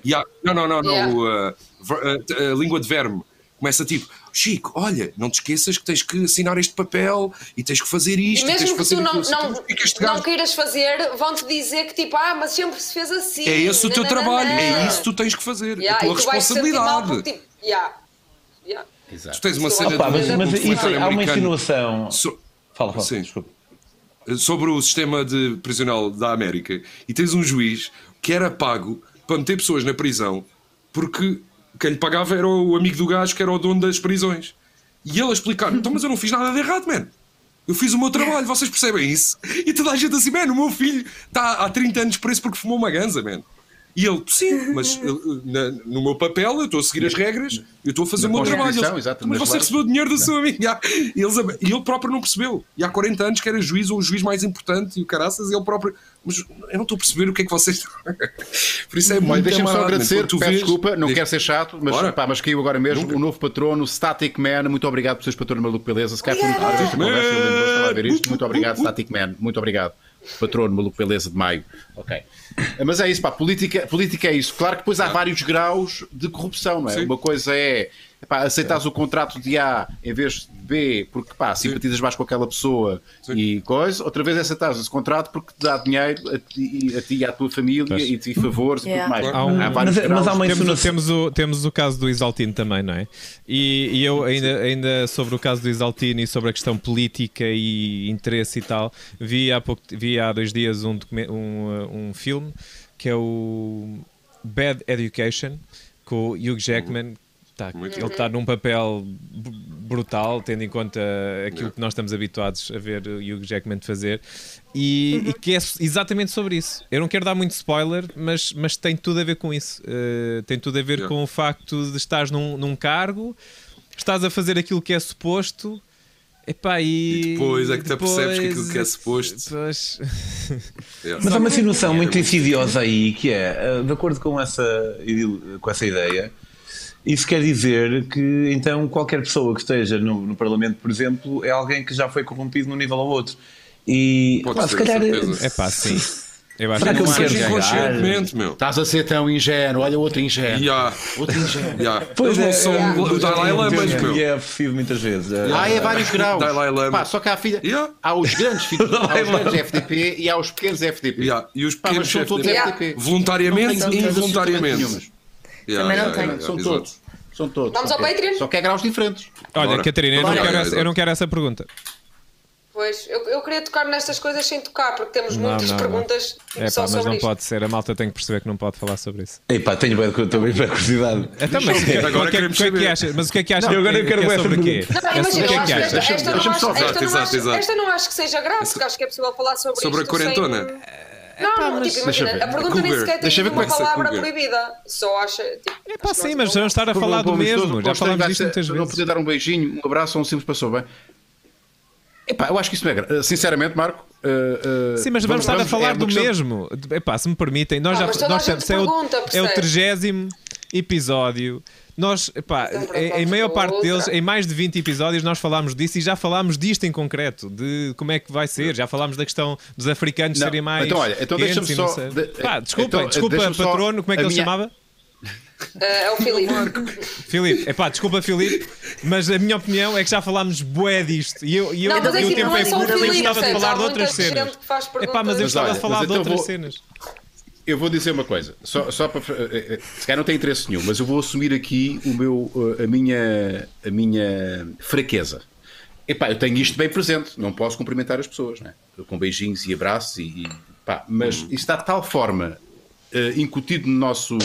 S3: Língua de verme. Começa tipo, Chico, olha, não te esqueças que tens que assinar este papel e tens que fazer isto.
S4: E mesmo
S3: que
S4: tu não queiras fazer, vão-te dizer que tipo, mas sempre se fez assim.
S3: É esse o teu trabalho, é isso que tu tens que fazer, é a tua responsabilidade. Tu tens uma cena
S6: mas isso há uma insinuação. Fala,
S3: sim. Desculpa. Sobre o sistema prisional da América, e tens um juiz que era pago para meter pessoas na prisão porque quem lhe pagava era o amigo do gajo que era o dono das prisões. E ele a explicar, então, mas eu não fiz nada de errado, man. Eu fiz o meu trabalho, vocês percebem isso? E toda a gente assim, man, o meu filho está há 30 anos preso porque fumou uma ganza, man. E ele, sim, mas no meu papel eu estou a seguir as regras, eu estou a fazer o meu trabalho. Mas você recebeu o dinheiro do seu amigo. E ele próprio não percebeu. E há 40 anos que era juiz ou o juiz mais importante, e o caraças, e ele próprio. Mas eu não estou a perceber o que é que vocês. Por isso é muito.
S1: Deixa-me só agradecer, peço desculpa, não quero ser chato, mas caiu agora mesmo o novo patrono, Static Man. Muito obrigado por seres patrono Maluco Beleza. Se calhar foi muito esta conversa, eu lembro de estava a ver isto. Muito obrigado, Static Man. Muito obrigado. Patrono Maluco Beleza de maio. Ok. Mas é isso, pá, política é isso. Claro que depois há vários graus de corrupção, não é? Sim. Uma coisa é aceitares o contrato de A em vez de B porque simpatizas mais com aquela pessoa e coisa. Outra vez é aceitares esse contrato porque te dá dinheiro a ti e à tua família e te favores e tudo mais. Há vários graus.
S2: Temos o caso do Isaltino também, não é? E eu ainda sobre o caso do Isaltino e sobre a questão política e interesse e tal, vi há 2 dias um filme que é o Bad Education com o Hugh Jackman. Ele está num papel brutal, tendo em conta aquilo que nós estamos habituados a ver o Hugh Jackman fazer, e que é exatamente sobre isso. Eu não quero dar muito spoiler, mas tem tudo a ver com isso. Tem tudo a ver com o facto de estares num cargo, estás a fazer aquilo que é suposto. E
S3: depois é que te apercebes que aquilo que é suposto.
S6: Mas há uma situação muito insidiosa aí, que é, de acordo com essa ideia, isso quer dizer que então qualquer pessoa que esteja no Parlamento, por exemplo, é alguém que já foi corrompido num nível ou outro. E se calhar.
S2: Sim. Eu acho
S6: será que ele quer
S3: inconscientemente, meu?
S1: Estás a ser tão ingênuo, olha outro ingênuo.
S3: Outro ingênuo. Pois é, são o Dalai Lama, meu.
S6: E é preciso muitas vezes.
S1: É vários graus.
S3: Dalai Lama.
S1: Só que há os grandes filhos, há os grandes FDP e há os pequenos FDP.
S3: E os pequenos
S1: são todos FDP.
S3: Voluntariamente e involuntariamente.
S5: Também não tenho.
S1: São todos.
S4: Vamos ao Patreon?
S1: Só que é graus diferentes.
S2: Olha, Catarina, eu não quero essa pergunta.
S4: Pois, eu queria tocar nestas coisas sem tocar, porque temos muitas perguntas só sobre
S2: mas não
S4: isto.
S2: pode ser, a malta tem que perceber que não pode falar sobre isso.
S6: Tenho bem curiosidade.
S2: Agora o que é que achas? Mas o que é que achas?
S6: Agora eu quero
S2: sobre quê?
S4: Esta não acho que seja grave, porque acho que é possível falar sobre isto.
S3: Sobre a quarentona?
S4: Imagina, a pergunta nem sequer tem uma palavra proibida. Só acha.
S2: Sim, mas vamos estar a falar do mesmo. Já falámos disto muitas vezes.
S1: Não poder dar um beijinho, um abraço ou um simples passou bem. Eu acho que isso não é grave. Sinceramente, Marco.
S2: Sim, mas vamos estar a falar do mesmo. Se me permitem, nós é o 30º episódio. Nós, em maior parte deles, em mais de 20 episódios, nós falámos disso e já falámos disto em concreto, de como é que vai ser. Já falámos da questão dos africanos serem mais.
S1: Então deixa-me só.
S2: Desculpa, patrono, como é que ele se chamava?
S4: É o
S2: Filipe, desculpa, Filipe, mas a minha opinião é que já falámos bué disto e o tempo é curto e eu gostava de falar de outras cenas. Mas eu gostava de falar de outras cenas.
S1: Eu vou dizer uma coisa, só para. Se calhar não tem interesse nenhum, mas eu vou assumir aqui a minha fraqueza. Eu tenho isto bem presente, não posso cumprimentar as pessoas, não é? Com beijinhos e abraços, mas isso está de tal forma incutido no nosso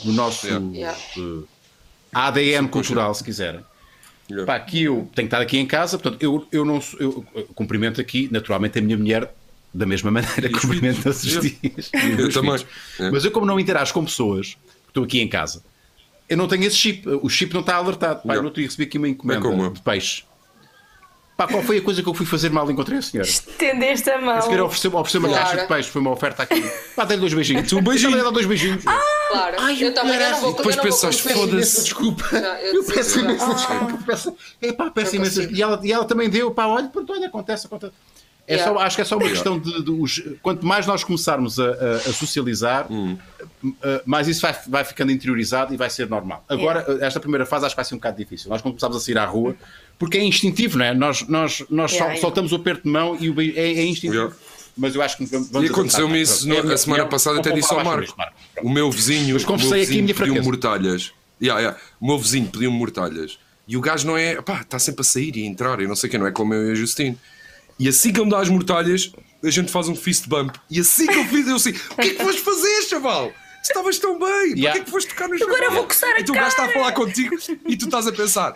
S1: ADN cultural, se quiserem. Que eu tenho que estar aqui em casa, portanto, eu cumprimento aqui, naturalmente, a minha mulher da mesma maneira que cumprimento todos os dias.
S3: Eu também.
S1: Mas eu, como não interajo com pessoas, estou aqui em casa, eu não tenho esse chip. O chip não está alertado. Eu não recebi aqui uma encomenda de peixe. Qual foi a coisa que eu fui fazer mal? Encontrei a senhora.
S5: Estendeste a mão.
S1: Se queria oferecer uma caixa de peixe, foi uma oferta aqui. Dei-lhe 2 beijinhos. Um beijinho. Ela dá 2 beijinhos.
S4: Claro. Eu também não vou.
S3: Depois pensaste, foda-se.
S1: Desculpa. Eu peço imensa desculpa. Peço imensa. E ela também deu. Olha, acontece. Acho que é só uma questão de quanto mais nós começarmos a socializar, mais isso vai ficando interiorizado e vai ser normal. Agora, esta primeira fase acho que vai ser um bocado difícil. Nós quando começamos a sair à rua, porque é instintivo, não é? Nós soltamos o aperto de mão e é instintivo. Mas eu acho que vamos.
S3: E aconteceu-me isso a semana passada, até disse ao Marco. O meu vizinho pediu-me mortalhas. O meu vizinho pediu-me mortalhas. E o gajo não é. Está sempre a sair e a entrar e não sei o que, não é como eu e a Justine. E assim que ele me dá as mortalhas, a gente faz um fist bump. E assim que eu fiz, eu assim: o que é que vais fazer, chaval? Estavas tão bem, para que é que foste tocar no chão?
S5: Agora vou coçar a cara.
S3: E tu gajo está a falar contigo e tu estás a pensar: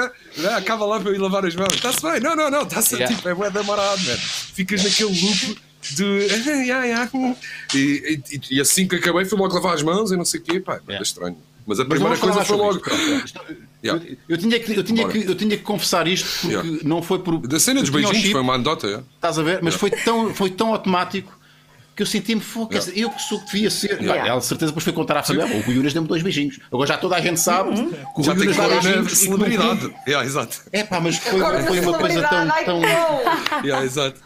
S3: acaba lá para eu ir lavar as mãos. Está-se bem, não, está-se tipo, é bué demorado, man. Ficas naquele loop E assim que acabei fui logo lavar as mãos e não sei o quê, pá, é estranho. Mas a primeira coisa foi logo.
S1: Eu tinha que confessar isto porque não foi por.
S3: Da cena dos beijinhos foi uma anedota.
S1: Estás a ver? Mas foi tão automático que eu senti-me fogo. Eu que sou que devia ser. Ela de certeza depois foi contar à família. O Rui Unas deu-me 2 beijinhos. Agora já toda a gente sabe que o Rui Unas dá beijinhos.
S3: Celebridade. Exato.
S1: É pá, mas foi uma coisa tão.
S3: Exato.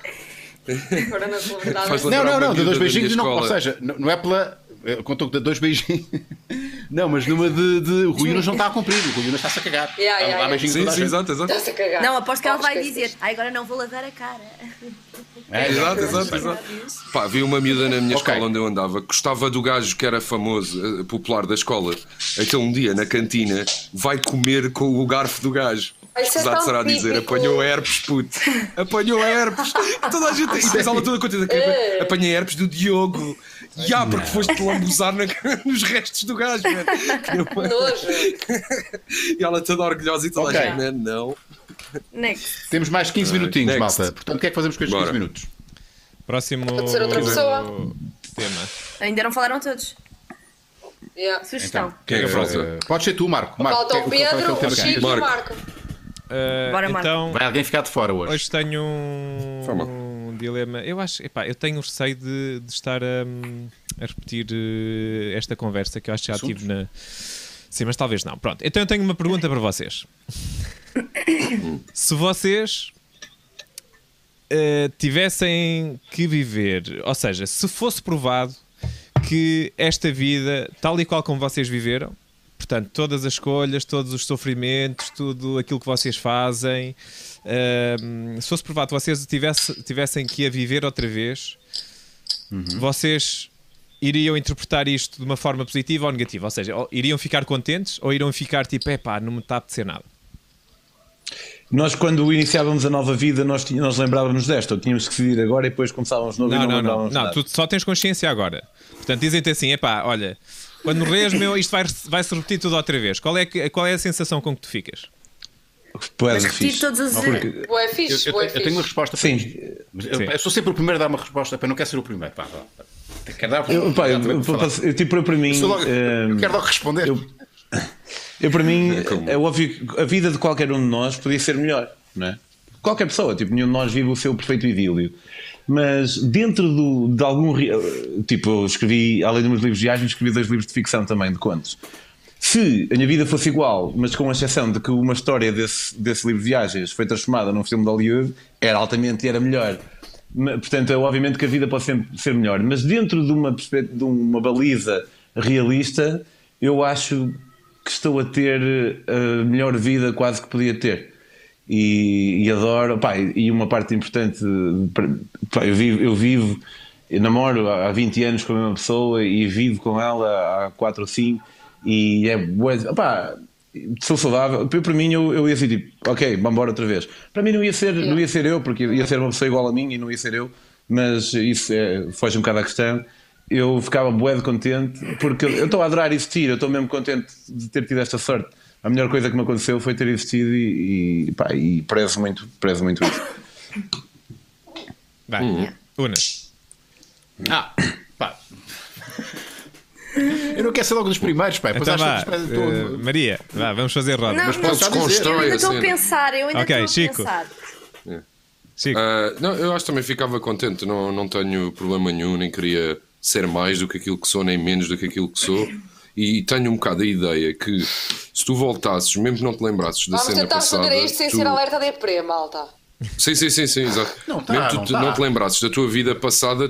S1: Não, deu 2 beijinhos. Ou seja, não é pela. Contou que dá 2 beijinhos. Não, mas numa de o Rui Unas não está a cumprir. O Rui Unas está-se a cagar. Há beijinhos toda a gente.
S3: Exato.
S4: Está-se a cagar.
S5: Não, aposto que ela vai dizer: agora não vou lavar a cara.
S3: Exato. Pá, vi uma miúda na minha escola onde eu andava que gostava do gajo que era famoso, popular da escola. Então um dia na cantina vai comer com o garfo do gajo. Exato, será a dizer, apanhou herpes, puto. Apanhou herpes. Toda a gente. E pensava toda contente. Apanhei herpes do Diogo. Porque foste lambuzar nos restos do gajo, mano.
S4: Nojo.
S3: E ela toda orgulhosa e toda a gente, man, não.
S5: Next.
S1: Temos mais 15 minutinhos, malta. Portanto, o que é que fazemos com estes 15 minutos?
S2: Próximo
S4: Pode ser outra pessoa.
S2: tema.
S5: Ainda não falaram todos. Sugestão.
S1: Então,
S3: Quem é que falta?
S1: Pode ser tu, Marco.
S4: Falta o Pedro, o Chico e o Marco.
S5: Bora, Marco.
S2: Então,
S1: vai alguém ficar de fora hoje.
S2: Hoje tenho um dilema. Eu acho, eu tenho receio de estar a repetir esta conversa que eu acho que já tive na. Sim, mas talvez não. Pronto, então eu tenho uma pergunta para vocês. Se vocês tivessem que viver, ou seja, se fosse provado que esta vida, tal e qual como vocês viveram, portanto, todas as escolhas, todos os sofrimentos, tudo aquilo que vocês fazem, se fosse provado que vocês tivessem que a viver outra vez, vocês iriam interpretar isto de uma forma positiva ou negativa? Ou seja, iriam ficar contentes ou iriam ficar tipo, não me está a apetecer nada?
S6: Nós, quando iniciávamos a nova vida, nós lembrávamos desta, ou tínhamos que decidir agora e depois começávamos novo e não lembrávamos nada.
S2: Tu só tens consciência agora. Portanto, dizem-te assim, olha, quando morres, isto vai-se repetir tudo outra vez. Qual é a sensação com que tu ficas?
S5: Mas repetir todos os...
S4: Boé fixe.
S1: Eu tenho uma resposta.
S6: Sim.
S1: Eu sou sempre o primeiro a dar uma resposta. Eu não quero ser o primeiro. Quero dar
S6: para mim...
S1: Eu quero logo responder.
S6: Para mim, é óbvio que a vida de qualquer um de nós podia ser melhor, não é? Qualquer pessoa, nenhum de nós vive o seu perfeito idílio. Mas dentro de algum... eu escrevi, além dos meus livros de viagens, escrevi 2 livros de ficção também, de contos. Se a minha vida fosse igual, mas com a exceção de que uma história desse livro de viagens foi transformada num filme de Hollywood, era altamente e era melhor. Portanto, obviamente que a vida pode sempre ser melhor. Mas dentro de uma baliza realista, eu acho que estou a ter a melhor vida quase que podia ter. E adoro, e uma parte importante, eu namoro há 20 anos com a mesma pessoa e vivo com ela há 4 ou 5 e sou saudável. Para mim eu ia ser tipo, ok, vamos embora outra vez. Para mim não ia ser eu, porque ia ser uma pessoa igual a mim e não ia ser eu, mas isso foge um bocado à questão. Eu ficava bué de contente porque eu estou a adorar existir, eu estou mesmo contente de ter tido esta sorte. A melhor coisa que me aconteceu foi ter existido e prezo muito isso.
S2: Una.
S1: Eu não quero ser logo dos primeiros, pai.
S2: Então Maria, vamos fazer roda.
S5: Não,
S1: mas posso
S5: eu ainda estou a pensar.
S2: Chico.
S3: Chico. Não, eu acho que também ficava contente. Não tenho problema nenhum, nem queria ser mais do que aquilo que sou, nem menos do que aquilo que sou. E tenho um bocado a ideia que se tu voltasses, mesmo que não te lembrasses da cena passada...
S4: Vamos tentar fazer isto sem ser alerta de deprê, malta.
S3: Sim, exato. Mesmo que não te lembrasses da tua vida passada,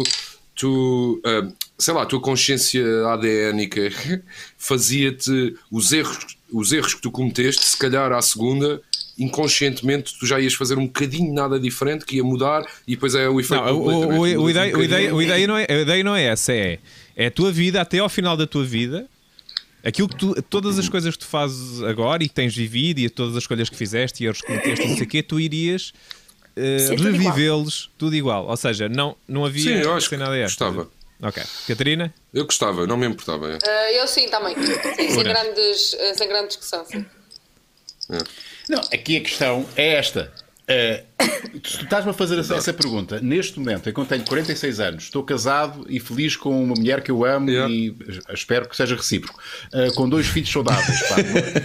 S3: sei lá, a tua consciência ADNica fazia-te os erros que tu cometeste, se calhar à segunda, inconscientemente tu já ias fazer um bocadinho nada diferente, que ia mudar e depois é o efeito.
S2: A ideia não é essa, é a tua vida até ao final da tua vida, aquilo que todas as coisas que tu fazes agora e que tens vivido e todas as escolhas que fizeste e erros que cometeste e não sei o quê, tu irias revivê-los tudo igual. Ou seja, não havia...
S3: Sim, eu acho que gostava.
S2: Ok. Catarina?
S3: Eu gostava, não me importava.
S4: Eu sim, também. Sem grande discussão. Sim.
S1: Não, aqui a questão é esta. Tu estás-me a fazer essa pergunta neste momento, em que eu tenho 46 anos, estou casado e feliz com uma mulher que eu amo e espero que seja recíproco, com 2 filhos saudáveis, pá,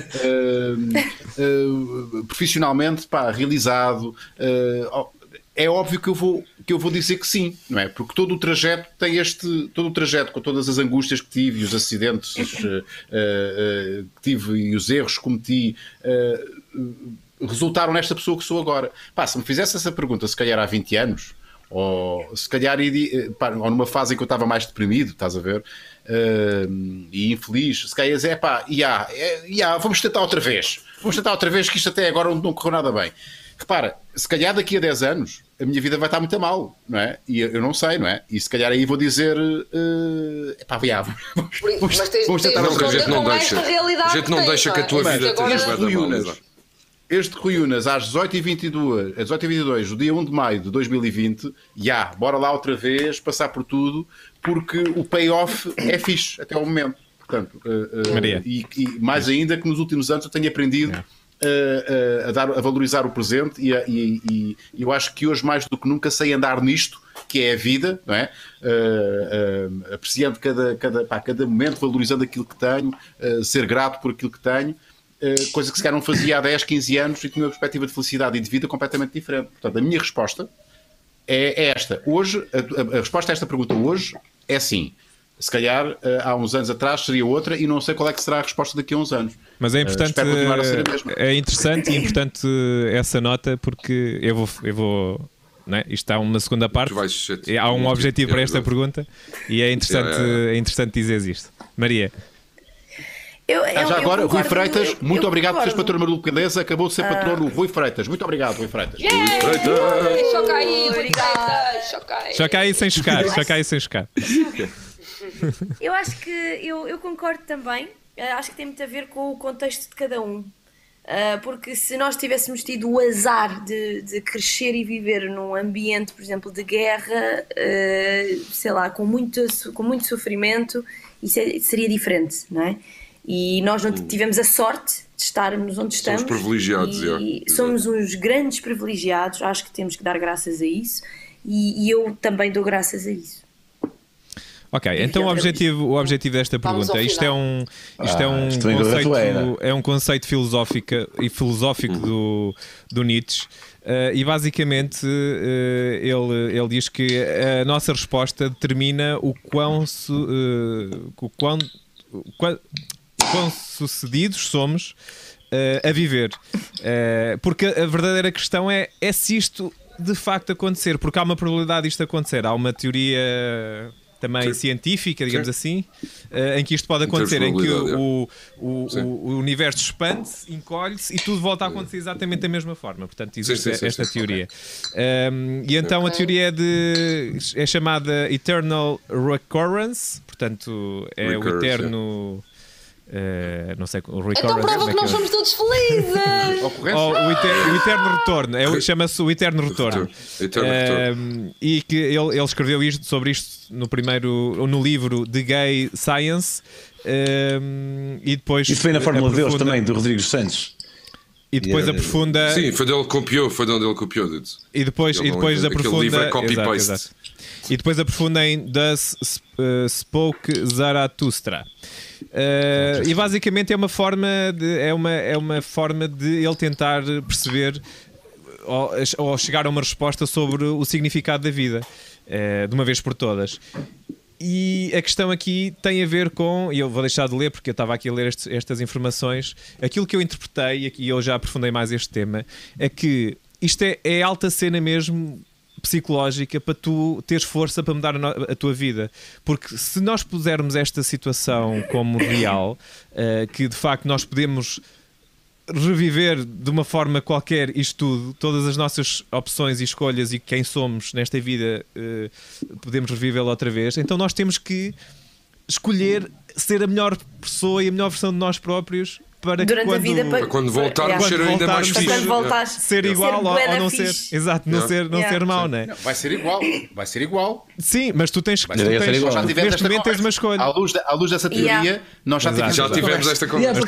S1: profissionalmente, pá, realizado, é óbvio que eu vou dizer que sim, não é? Porque todo o trajeto com todas as angústias que tive e os acidentes que tive e os erros que cometi, resultaram nesta pessoa que sou agora. Pá, se me fizesse essa pergunta, se calhar há 20 anos, ou se calhar ou numa fase em que eu estava mais deprimido, estás a ver, e infeliz, se calhar vamos tentar outra vez, que isto até agora não correu nada bem. Repara, se calhar daqui a 10 anos a minha vida vai estar muito mal, não é? E eu não sei, não é? E se calhar aí vou dizer
S4: vamos tentar outra vez.
S3: A gente não deixa que a tua vida esteja
S1: este Rui Unas às 18h22, do dia 1 de maio de 2020, bora lá outra vez, passar por tudo, porque o payoff é fixe até ao momento. Portanto, e mais ainda que nos últimos anos eu tenho aprendido a valorizar o presente e eu acho que hoje mais do que nunca sei andar nisto, que é a vida, não é? Apreciando cada momento, valorizando aquilo que tenho, ser grato por aquilo que tenho. Coisa que se calhar não fazia há 10, 15 anos e tinha uma perspectiva de felicidade e de vida completamente diferente. Portanto, a minha resposta é esta. Hoje, a resposta a esta pergunta hoje é sim. Se calhar há uns anos atrás seria outra e não sei qual é que será a resposta daqui a uns anos.
S2: Mas é importante, é interessante e importante essa nota, porque eu vou não é? Isto há uma segunda parte, há um objetivo para esta pergunta e é interessante dizer isto. Maria.
S1: Agora, Rui Freitas, muito obrigado por seres patrono Marulo Beleza. Acabou de ser patrono Rui Freitas. Muito obrigado, Rui Freitas.
S4: Choca aí, Rui Freitas.
S2: Choca aí sem chocar.
S5: Eu acho que eu concordo também. Acho que tem muito a ver com o contexto de cada um. Porque se nós tivéssemos tido o azar de crescer e viver num ambiente, por exemplo, de guerra, sei lá, com muito sofrimento, isso seria diferente, não é? E nós não tivemos a sorte de estarmos onde estamos.
S3: Somos privilegiados,
S5: somos uns grandes privilegiados. Acho que temos que dar graças a isso e eu também dou graças a isso.
S2: Ok, então o objetivo desta pergunta, isto é um conceito filosófico do Nietzsche, e basicamente ele diz que a nossa resposta determina o quão sucedidos somos a viver, porque a verdadeira questão é se isto de facto acontecer, porque há uma probabilidade disto acontecer, há uma teoria também científica, digamos assim, em que isto pode acontecer, em que o universo expande-se, encolhe-se e tudo volta a acontecer exatamente da mesma forma. Portanto, existe esta teoria. E então a teoria é chamada Eternal Recurrence, portanto é o eterno... não sei, o recurrence.
S4: Então prova que nós somos todos felizes.
S2: O eterno retorno, chama-se o eterno retorno. E que ele escreveu sobre isto no livro The Gay Science, e depois
S6: isso foi na Fórmula Deus também, do Rodrigo Santos.
S2: E depois aprofunda.
S3: Sim, foi de onde ele copiou.
S2: E depois aprofunda.
S3: Livro é copy-paste.
S2: Exato. E depois aprofunda em Thus Spoke Zarathustra. E basicamente é uma forma de ele tentar perceber ou chegar a uma resposta sobre o significado da vida, de uma vez por todas. E a questão aqui tem a ver com, e eu vou deixar de ler porque eu estava aqui a ler estas informações, aquilo que eu interpretei, e eu já aprofundei mais este tema, é que isto é alta cena mesmo psicológica para tu teres força para mudar a tua vida, porque se nós pusermos esta situação como real, que de facto nós podemos reviver de uma forma qualquer isto tudo, todas as nossas opções e escolhas e quem somos nesta vida, podemos revivê-la outra vez, então nós temos que escolher ser a melhor pessoa e a melhor versão de nós próprios para
S5: durante a vida
S3: para quando voltarmos ser ainda mais fixe.
S2: Ser igual ou não ser. Exato, não ser mau, não é?
S1: Vai ser igual.
S2: Sim, mas tu tens.
S1: Neste
S2: momento tens uma escolha.
S1: À luz dessa teoria, nós já
S3: tivemos esta conversa.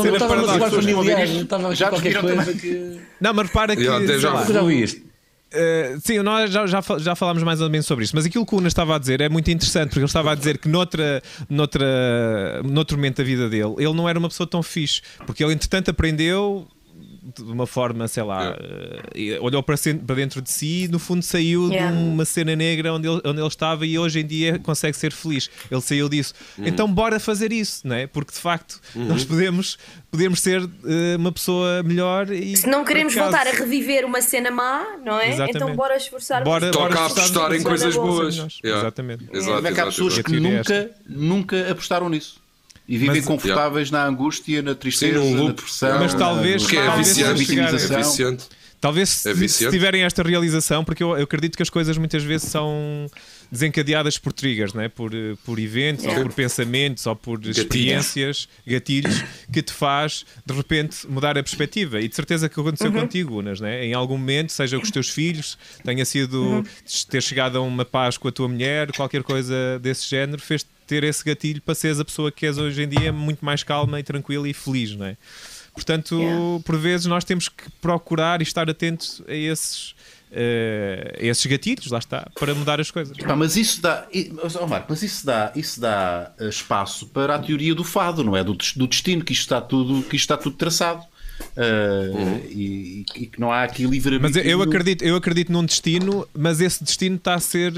S1: Já qualquer coisa que.
S2: Não, mas repara que.
S6: Já vi isto.
S2: Sim, nós já falámos mais ou menos sobre isso, mas aquilo que o Unas estava a dizer é muito interessante, porque ele estava a dizer que noutro momento da vida dele, ele não era uma pessoa tão fixe, porque ele entretanto aprendeu de uma forma, sei lá, olhou para dentro de si e no fundo saiu de uma cena negra onde ele estava e hoje em dia consegue ser feliz. Ele saiu disso. Então bora fazer isso, não é? Porque de facto nós podemos ser uma pessoa melhor e
S5: se não queremos voltar a reviver uma cena má, não é?
S2: Exatamente.
S5: Então bora esforçar.
S3: Toca a apostar em coisas boas.
S2: Exatamente.
S1: Há pessoas que nunca apostaram nisso. E vivem confortáveis na angústia, na tristeza, na depressão.
S2: Mas talvez
S3: viciante.
S2: Talvez se tiverem esta realização, porque eu acredito que as coisas muitas vezes são desencadeadas por triggers, não é? Por eventos, ou por pensamentos, ou por experiências, gatilhos, que te faz de repente mudar a perspectiva. E de certeza que aconteceu contigo, Unas, não é? Em algum momento, seja com os teus filhos, tenha sido ter chegado a uma paz com a tua mulher, qualquer coisa desse género, fez ter esse gatilho para seres a pessoa que és hoje em dia, muito mais calma e tranquila e feliz, não é? Portanto, por vezes nós temos que procurar e estar atentos a esses gatilhos, lá está, para mudar as coisas.
S1: Mas isso dá, Marco, isso dá espaço para a teoria do fado, não é? Do destino, que isto está tudo traçado. E que não há aqui livre-arbítrio.
S2: Mas eu acredito num destino, mas esse destino está a ser...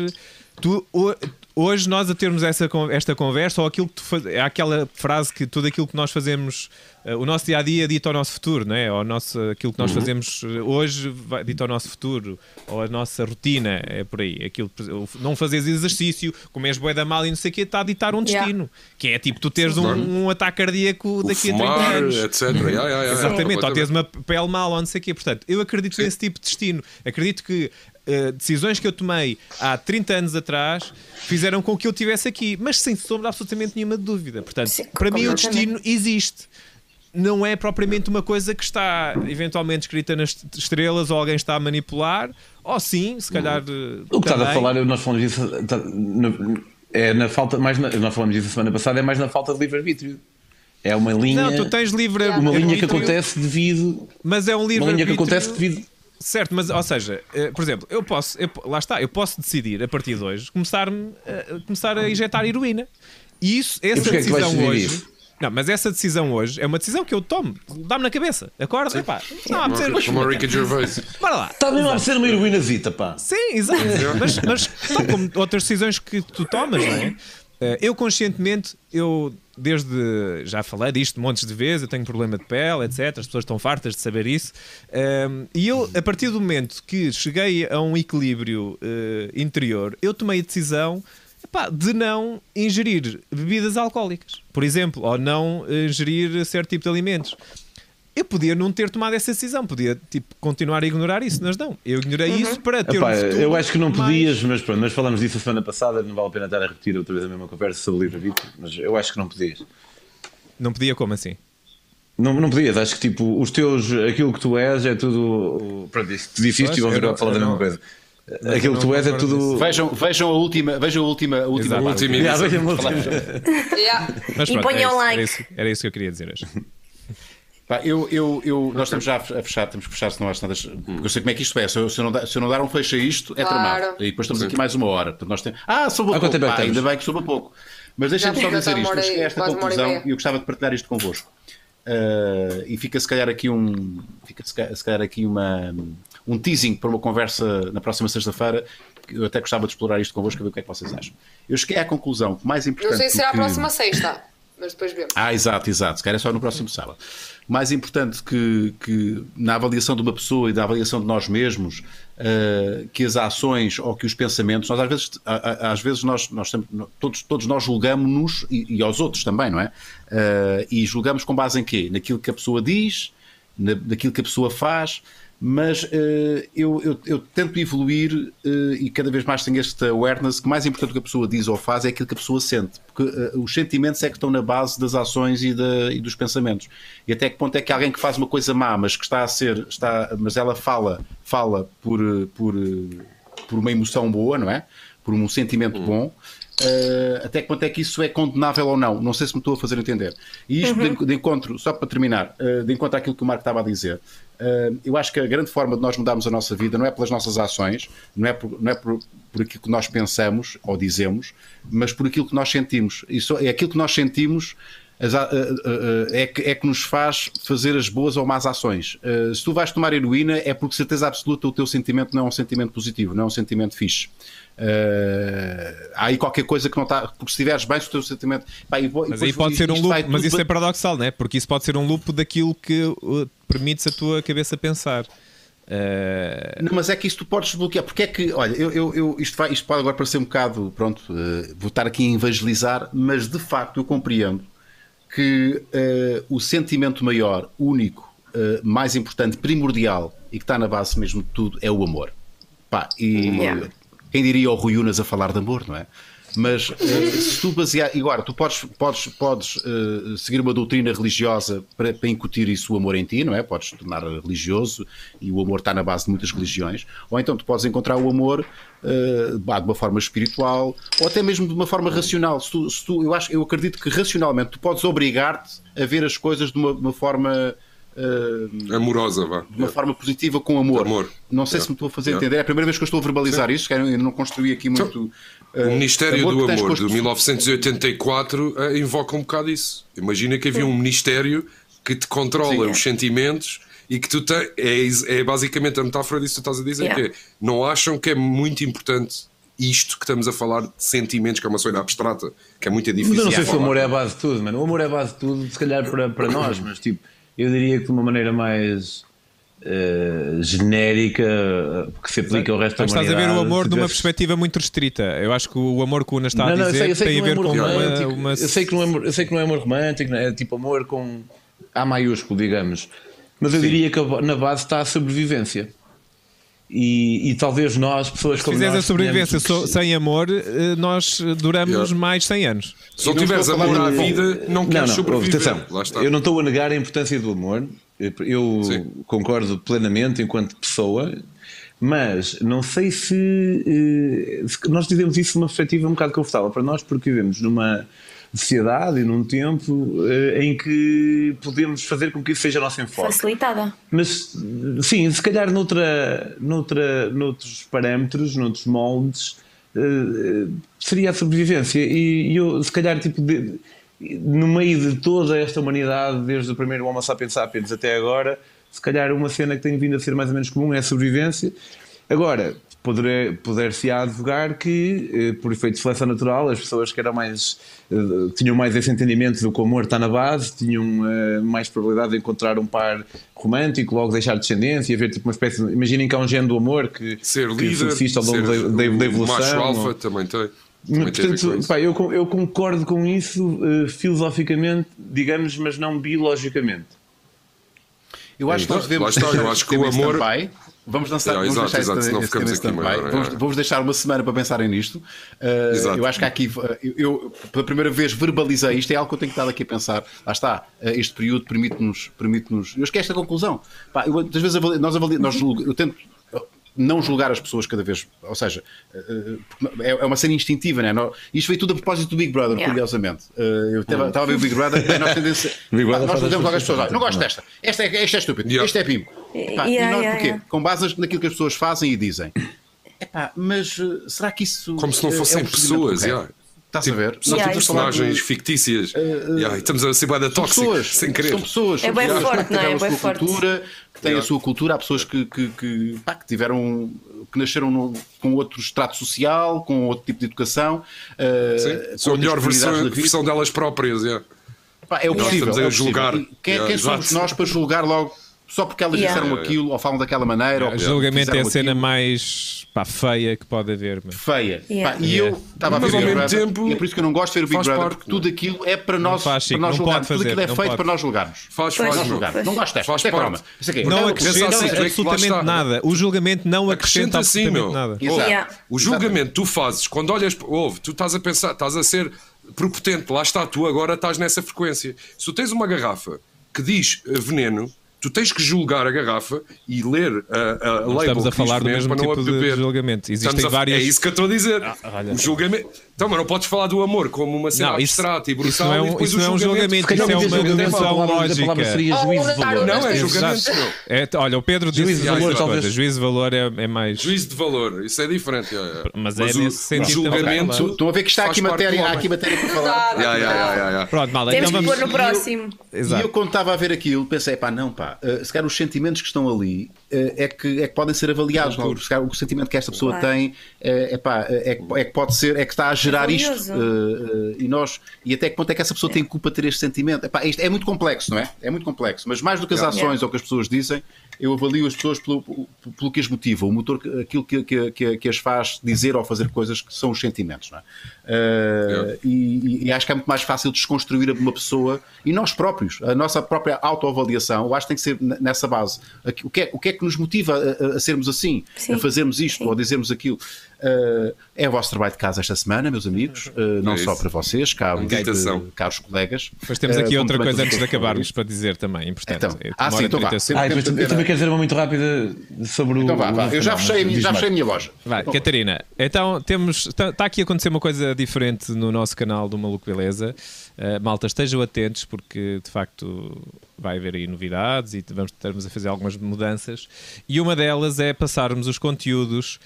S2: Hoje nós a termos esta conversa, ou aquilo que é aquela frase que tudo aquilo que nós fazemos, o nosso dia-a-dia dita ao nosso futuro, não é? Ou aquilo que nós fazemos hoje dita ao nosso futuro, ou a nossa rotina, é por aí. Aquilo, não fazeres exercício, comeres bué da mal e não sei o quê, está a ditar um destino. Que é tipo tu teres um ataque cardíaco daqui a 30 anos.
S3: Etc.
S2: Exatamente, ou teres uma pele mal ou não sei o quê. Portanto, eu acredito nesse tipo de destino. Acredito que decisões que eu tomei há 30 anos atrás fizeram com que eu estivesse aqui, mas sem sombra absolutamente nenhuma dúvida. Portanto, para mim o destino existe. Não é propriamente uma coisa que está eventualmente escrita nas estrelas ou alguém está a manipular, ou sim, se calhar.
S6: O que estás a falar, nós falamos disso, nós falamos disso a semana passada, é mais na falta de livre-arbítrio. É uma linha.
S2: Não, tu tens livre-arbítrio.
S6: Uma linha que acontece devido.
S2: Mas é um livre-arbítrio.
S6: Uma linha que acontece devido.
S2: Certo, mas, ou seja, por exemplo, eu posso decidir a partir de hoje começar a injetar heroína. E essa decisão hoje. Não, mas essa decisão hoje é uma decisão que eu tomo. Dá-me na cabeça. Acorda, pá.
S3: Como a Ricky Gervais.
S2: Bora lá.
S6: Está mesmo a ser uma heroinazita, pá.
S2: Sim, exato. mas tal como outras decisões que tu tomas, não é? Eu conscientemente, já falei disto montes de vezes, eu tenho problema de pele, etc. As pessoas estão fartas de saber isso. E eu, a partir do momento que cheguei a um equilíbrio interior, eu tomei a decisão de não ingerir bebidas alcoólicas, por exemplo, ou não ingerir certo tipo de alimentos. Eu podia não ter tomado essa decisão, podia continuar a ignorar isso, mas não. Eu ignorei isso para ter um futuro.
S6: Eu acho que não podias, mas pronto, nós falamos disso a semana passada, não vale a pena estar a repetir outra vez a mesma conversa sobre livre-arbítrio, mas eu acho que não podias.
S2: Não podia como assim?
S6: Não podias, acho que aquilo que tu és é tudo. Pronto, isto difícil, vamos agora falar da mesma coisa. Aquilo que tu és é tudo.
S1: Vejam a última
S5: e ponham like.
S2: Era isso que eu queria dizer hoje.
S1: Nós estamos já a fechar, temos que fechar, senão acho nada. Porque eu sei como é que isto é. Se eu não dar um fecho a isto, é tramado. E depois estamos aqui mais uma hora. Portanto, nós temos... soube a pouco. Ainda bem que soube a pouco. Mas deixem-me só dizer isto. Eu cheguei a esta conclusão e eu gostava de partilhar isto convosco. E fica se calhar aqui um teasing para uma conversa na próxima sexta-feira. Eu até gostava de explorar isto convosco, a ver o que é que vocês acham. Eu cheguei à conclusão que mais importante.
S4: Não sei se será a próxima sexta, mas depois vemos.
S1: Exato. Se calhar é só no próximo sábado. Mais importante que na avaliação de uma pessoa e da avaliação de nós mesmos, que as ações ou que os pensamentos, nós às vezes todos nós julgamos-nos e aos outros também, não é? E julgamos com base em quê? Naquilo que a pessoa diz, naquilo que a pessoa faz, mas eu tento evoluir e cada vez mais tenho esta awareness que mais importante do que a pessoa diz ou faz é aquilo que a pessoa sente, porque os sentimentos é que estão na base das ações e dos pensamentos. E até que ponto é que alguém que faz uma coisa má, mas que mas ela fala por uma emoção boa, não é? Por um sentimento bom, até que ponto é que isso é condenável ou não? Não sei se me estou a fazer entender. E isto de encontro, só para terminar, de encontro àquilo que o Marco estava a dizer, eu acho que a grande forma de nós mudarmos a nossa vida não é pelas nossas ações, não é por aquilo que nós pensamos ou dizemos, mas por aquilo que nós sentimos. É aquilo que nós sentimos é que nos faz fazer as boas ou más ações. Se tu vais tomar heroína é porque certeza absoluta o teu sentimento não é um sentimento positivo, não é um sentimento fixe. Há aí qualquer coisa que não está, porque se estiveres bem, se o teu sentimento.
S2: Mas aí pode ser um loop, mas isso é paradoxal, não é? Porque isso pode ser um loop daquilo que permites a tua cabeça pensar.
S1: Não, mas é que isto tu podes desbloquear. Porque é que, olha, isto pode agora parecer um bocado, pronto, vou estar aqui a evangelizar, mas de facto eu compreendo que o sentimento maior, único, mais importante, primordial e que está na base mesmo de tudo é o amor. Quem diria o Rui Unas a falar de amor, não é? Mas se tu basear. E agora, tu podes seguir uma doutrina religiosa para incutir isso, o amor em ti, não é? Podes te tornar religioso e o amor está na base de muitas religiões. Ou então tu podes encontrar o amor de uma forma espiritual ou até mesmo de uma forma racional. Eu acredito que racionalmente tu podes obrigar-te a ver as coisas de uma forma.
S3: Amorosa, vá.
S1: De uma forma positiva, com amor. Não sei se me estou a fazer entender. É a primeira vez que eu estou a verbalizar isto, que eu não construí aqui muito.
S3: O Ministério do Amor de 1984 invoca um bocado isso. Imagina que havia um ministério que te controla os sentimentos e que tu tens. É basicamente a metáfora disso que tu estás a dizer, que não acham que é muito importante isto que estamos a falar de sentimentos, que é uma coisa abstrata, que é muito difícil.
S6: Mas eu não sei se o amor é a base de tudo, mano. O amor é a base de tudo, se calhar para nós, mas tipo. Eu diria que de uma maneira mais genérica, que se aplica ao resto da humanidade.
S2: Estás a ver o amor de uma perspectiva muito restrita. Eu acho que o amor que o Una está a dizer tem a ver com uma...
S6: Eu sei que não é amor romântico, é tipo amor com A maiúsculo, digamos. Mas eu diria que na base está a sobrevivência. E talvez nós, pessoas como nós...
S2: Se fizeres a sobrevivência sem amor, nós duramos mais 100 anos.
S3: Se não tiveres amor à vida, não queres sobreviver.
S6: Atenção, eu não estou a negar a importância do amor. Eu concordo plenamente enquanto pessoa, mas não sei se nós dizemos isso numa perspectiva um bocado confortável para nós, porque vivemos numa sociedade e num tempo em que podemos fazer com que isso seja a nossa enfoque.
S5: Facilitada.
S6: Mas, sim, se calhar noutros parâmetros, noutros moldes, seria a sobrevivência. E eu, se calhar, no meio de toda esta humanidade, desde o primeiro Homo sapiens sapiens até agora, se calhar uma cena que tem vindo a ser mais ou menos comum é a sobrevivência. Agora, poder-se-á advogar que, por efeito de seleção natural, as pessoas que eram tinham mais esse entendimento do que o amor está na base, tinham mais probabilidade de encontrar um par romântico, logo deixar descendência, haver tipo uma espécie de... Imaginem que há um gene do amor que subsiste ao longo da evolução.
S3: Macho alfa também tem.
S6: Portanto, eu concordo com isso filosoficamente, digamos, mas não biologicamente.
S1: Eu acho que nós devemos...
S3: Eu acho que o amor...
S1: Vamos lançar, vamos deixar uma semana para pensarem nisto. Eu acho que aqui, eu pela primeira vez verbalizei isto, é algo que eu tenho estado aqui a pensar. Lá está, este período permite-nos. Eu esqueço esta conclusão. Às vezes eu tento não julgar as pessoas cada vez, ou seja, é uma cena instintiva, né? Isto veio tudo a propósito do Big Brother, curiosamente. Eu estava a ver o Big Brother e nós fazemos logo as pessoas, não gosto desta, este é estúpido, este é pimo. E nós porquê? Com base naquilo que as pessoas fazem e dizem. Mas será que isso...
S3: Como se não fossem pessoas,
S1: Estás a ver?
S3: São personagens fictícias. Estamos a ser bada tóxicos, sem querer.
S1: São pessoas.
S5: É bem forte, não é? É bem forte.
S1: Que têm a sua cultura. Há pessoas que tiveram, que nasceram com outro estrato social, com outro tipo de educação.
S3: São a melhor versão delas próprias.
S1: É o possível.
S3: Estamos a julgar.
S1: Quem somos nós para julgar logo só porque elas disseram aquilo ou falam daquela maneira.
S2: O julgamento é a cena mais feia que pode haver.
S1: Feia. E eu estava a ver o Big Brother, e é por isso que eu não gosto de ver o Big Brother, porque tudo aquilo é para nós julgarmos. Tudo aquilo é feito para nós julgarmos. Não gosto desta.
S2: Não acrescenta absolutamente nada. O julgamento não acrescenta absolutamente nada.
S3: O julgamento tu fazes quando olhas, tu estás a pensar, estás a ser prepotente, lá está, tu agora estás nessa frequência. Se tu tens uma garrafa que diz veneno, tu tens que julgar a garrafa e ler a label.
S2: Estamos a falar do mesmo tipo de julgamento. Existem vários.
S3: É isso que eu estou a dizer. O julgamento. Então, mas não podes falar do amor como uma cena abstrata e brutal.
S2: Isso não é um julgamento, isso é uma dedução lógica.
S3: Não, é julgamento.
S2: Olha, o Pedro disse juízo de valor é mais.
S3: Juízo de valor, isso é diferente.
S2: Mas é nesse sentido.
S1: Julgamento. Estão a ver que está aqui matéria para falar.
S2: Pronto, mal.
S5: Temos que pôr no próximo.
S1: E eu, quando estava a ver aquilo, pensei, se calhar os sentimentos que estão ali é que podem ser avaliados. Se calhar o sentimento que esta pessoa tem é que pode ser, é que está a gerar isto, e até que ponto é que essa pessoa tem culpa de ter este sentimento. Isto é muito complexo, não é? É muito complexo, mas mais do que as ações ou que as pessoas dizem, eu avalio as pessoas pelo que as motiva, o motor, aquilo que as faz dizer ou fazer coisas que são os sentimentos, não é? E acho que é muito mais fácil desconstruir uma pessoa e nós próprios, a nossa própria autoavaliação, eu acho que tem que ser nessa base. O que é que nos motiva a sermos assim, a fazermos isto ou a dizermos aquilo? É o vosso trabalho de casa esta semana, meus amigos, não só para vocês, caros colegas.
S2: Depois temos aqui outra coisa antes de acabarmos para dizer também, importante.
S6: Eu também quero dizer uma muito rápida sobre
S1: então eu já fechei a minha loja.
S2: Vai, Catarina, então está aqui a acontecer uma coisa diferente no nosso canal do Maluco Beleza. Malta, estejam atentos porque de facto vai haver aí novidades e estamos a fazer algumas mudanças, e uma delas é passarmos os conteúdos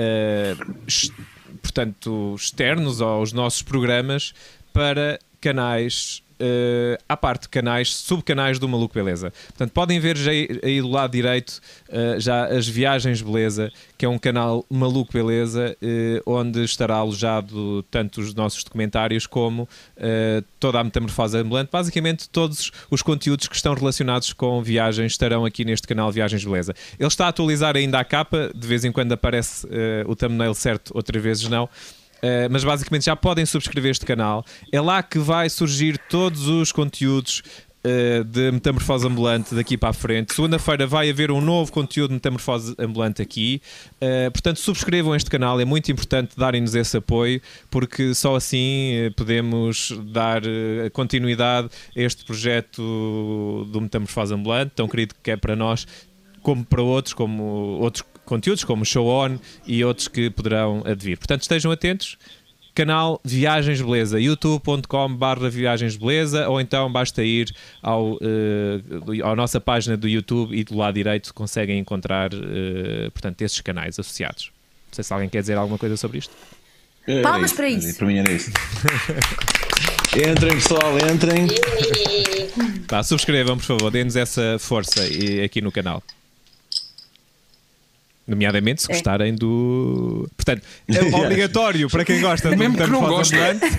S2: portanto externos aos nossos programas para canais à parte, subcanais do Maluco Beleza. Portanto, podem ver já aí do lado direito já as Viagens Beleza, que é um canal Maluco Beleza, onde estará alojado tanto os nossos documentários como toda a metamorfose ambulante. Basicamente, todos os conteúdos que estão relacionados com viagens estarão aqui neste canal Viagens Beleza. Ele está a atualizar ainda a capa, de vez em quando aparece o thumbnail certo, outras vezes não. Mas basicamente já podem subscrever este canal. É lá que vai surgir todos os conteúdos de Metamorfose Ambulante daqui para a frente. Segunda-feira vai haver um novo conteúdo de Metamorfose Ambulante aqui. Portanto, subscrevam este canal. É muito importante darem-nos esse apoio, porque só assim podemos dar continuidade a este projeto do Metamorfose Ambulante, tão querido que é para nós, como para outros, como outros conteúdos como Show On e outros que poderão advir. Portanto, estejam atentos. Canal Viagens Beleza, youtube.com/Viagens Beleza, ou então basta ir à nossa página do YouTube e do lado direito conseguem encontrar portanto, esses canais associados. Não sei se alguém quer dizer alguma coisa sobre isto.
S5: Palmas para isso.
S6: Para mim era isso. Entrem, pessoal, entrem.
S2: Subscrevam, por favor, dê-nos essa força aqui no canal. Nomeadamente se gostarem do... Portanto, é obrigatório para quem gosta do
S3: mesmo que não gosta.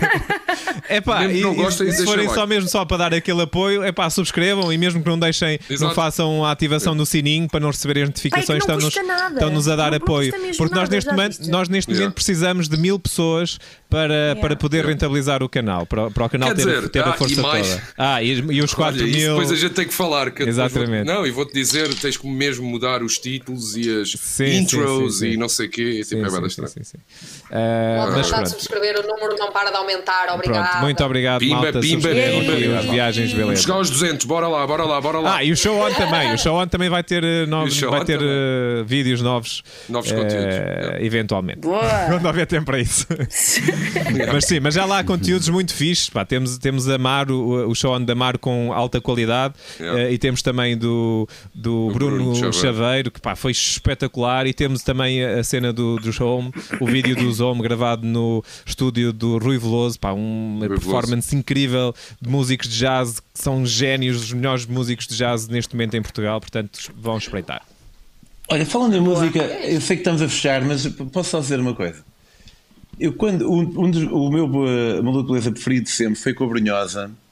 S2: Se forem só para dar aquele apoio, subscrevam, e mesmo que não deixem, não façam a ativação do sininho para não receberem as notificações, estão-nos a dar apoio. Porque nós neste momento precisamos de 1000 pessoas para poder rentabilizar o canal, para o canal ter a força toda. E os 4000...
S3: Depois a gente tem que falar.
S2: Exatamente.
S3: E vou-te dizer, tens que mesmo mudar os títulos e as intros e não sei o quê. É bem estranho.
S4: Mas pronto. Subscrever, o número não para de aumentar. Obrigado.
S2: Pronto, muito obrigado, malta. Subscrevam as Viagens Beleza.
S3: Chegar aos 200, bora lá.
S2: E o Show On também. O Show On também vai ter vídeos novos.
S3: Novos conteúdos.
S2: Eventualmente. Quando houver tempo para isso. Mas já lá há conteúdos muito fixes. Temos a Mar, o Show On da Mar com alta qualidade, e temos também do Bruno Chaveiro, que foi espetacular, e temos também a cena do Home, o vídeo do Home gravado no estúdio do Rui Veloso, uma performance incrível de músicos de jazz que são génios, os melhores músicos de jazz neste momento em Portugal, portanto vão espreitar.
S6: Olha, falando em música, eu sei que estamos a fechar, mas posso só dizer uma coisa. O meu Maluco Beleza preferido sempre foi com a Brunhosa,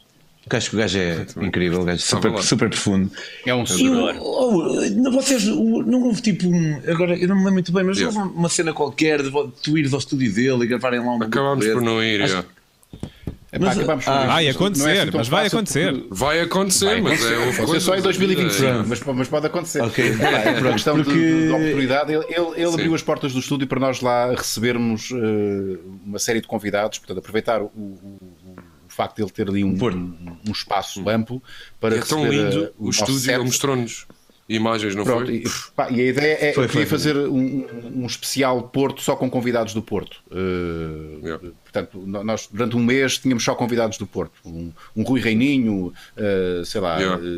S6: Acho que o gajo é incrível, o gajo super profundo.
S1: É um senhor.
S6: Vocês não houve tipo agora eu não me lembro muito bem, mas houve uma cena qualquer de tu ires ao estúdio dele e gravarem lá um.
S3: Acabámos por não ir,
S1: Mas,
S2: vai acontecer, mas vai acontecer.
S3: Vai acontecer, mas
S1: é só em 2025, mas pode acontecer.
S6: Okay.
S1: Por questão de oportunidade, ele abriu as portas do estúdio para nós lá recebermos uma série de convidados, portanto, aproveitar o facto de ele ter ali um espaço amplo para receber.
S3: É tão lindo o estúdio, ele mostrou-nos imagens, não foi?
S1: E a ideia é queria fazer um especial Porto só com convidados do Porto. Portanto, nós durante um mês tínhamos só convidados do Porto. Um Rui Reininho, sei lá.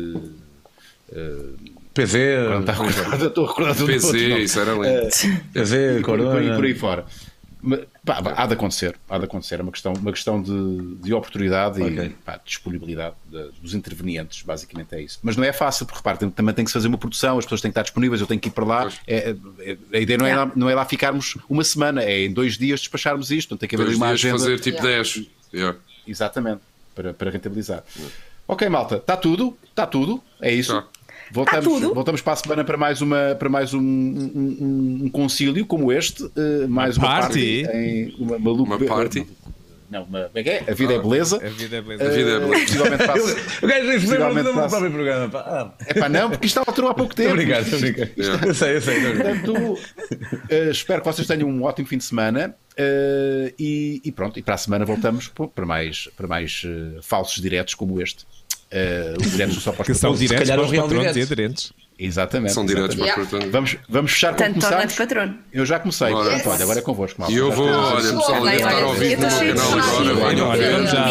S6: PV,
S1: estou a recordar tudo.
S3: PV, isso era lindo.
S6: PV, Corona.
S1: Por aí fora. Há de acontecer, é uma questão de oportunidade e disponibilidade dos intervenientes, basicamente é isso. Mas não é fácil, porque repare, também tem que se fazer uma produção, as pessoas têm que estar disponíveis, eu tenho que ir para lá. A ideia não é lá ficarmos uma semana, é em 2 dias despacharmos isto, não tem que haver uma agenda.
S3: Fazer tipo 10.
S1: Exatamente, para rentabilizar. Ok, malta, está tudo, é isso. Voltamos para a semana para mais um concílio como este, mais uma party, uma
S3: party.
S1: Não, como é que é? A vida é beleza.
S2: A vida é beleza.
S1: Possivelmente
S6: o gajo disse mesmo no próprio programa.
S1: Não, porque isto estava há pouco tempo.
S6: Obrigado. Eu sei.
S1: Portanto, espero que vocês tenham um ótimo fim de semana. E pronto, e para a semana voltamos para mais falsos diretos como este. Os diretos só para os
S2: que são diretos para os patrões e aderentes.
S1: Exatamente.
S3: São diretos para os patrões.
S1: Vamos fechar com começar. Eu já comecei. Portanto, olha, agora é convosco.
S3: E eu vou, olha, pessoal, deve estar ao vivo no meu canal agora.
S2: Vamos já,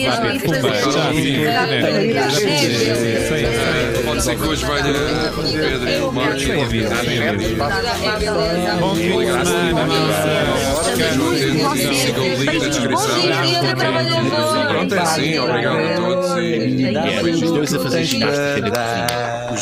S3: pode ser que hoje venha Pedro e o Marcos. Sigam o link na descrição. Pronto, é assim. Obrigado a todos.
S1: Os dois a fazer ginástica.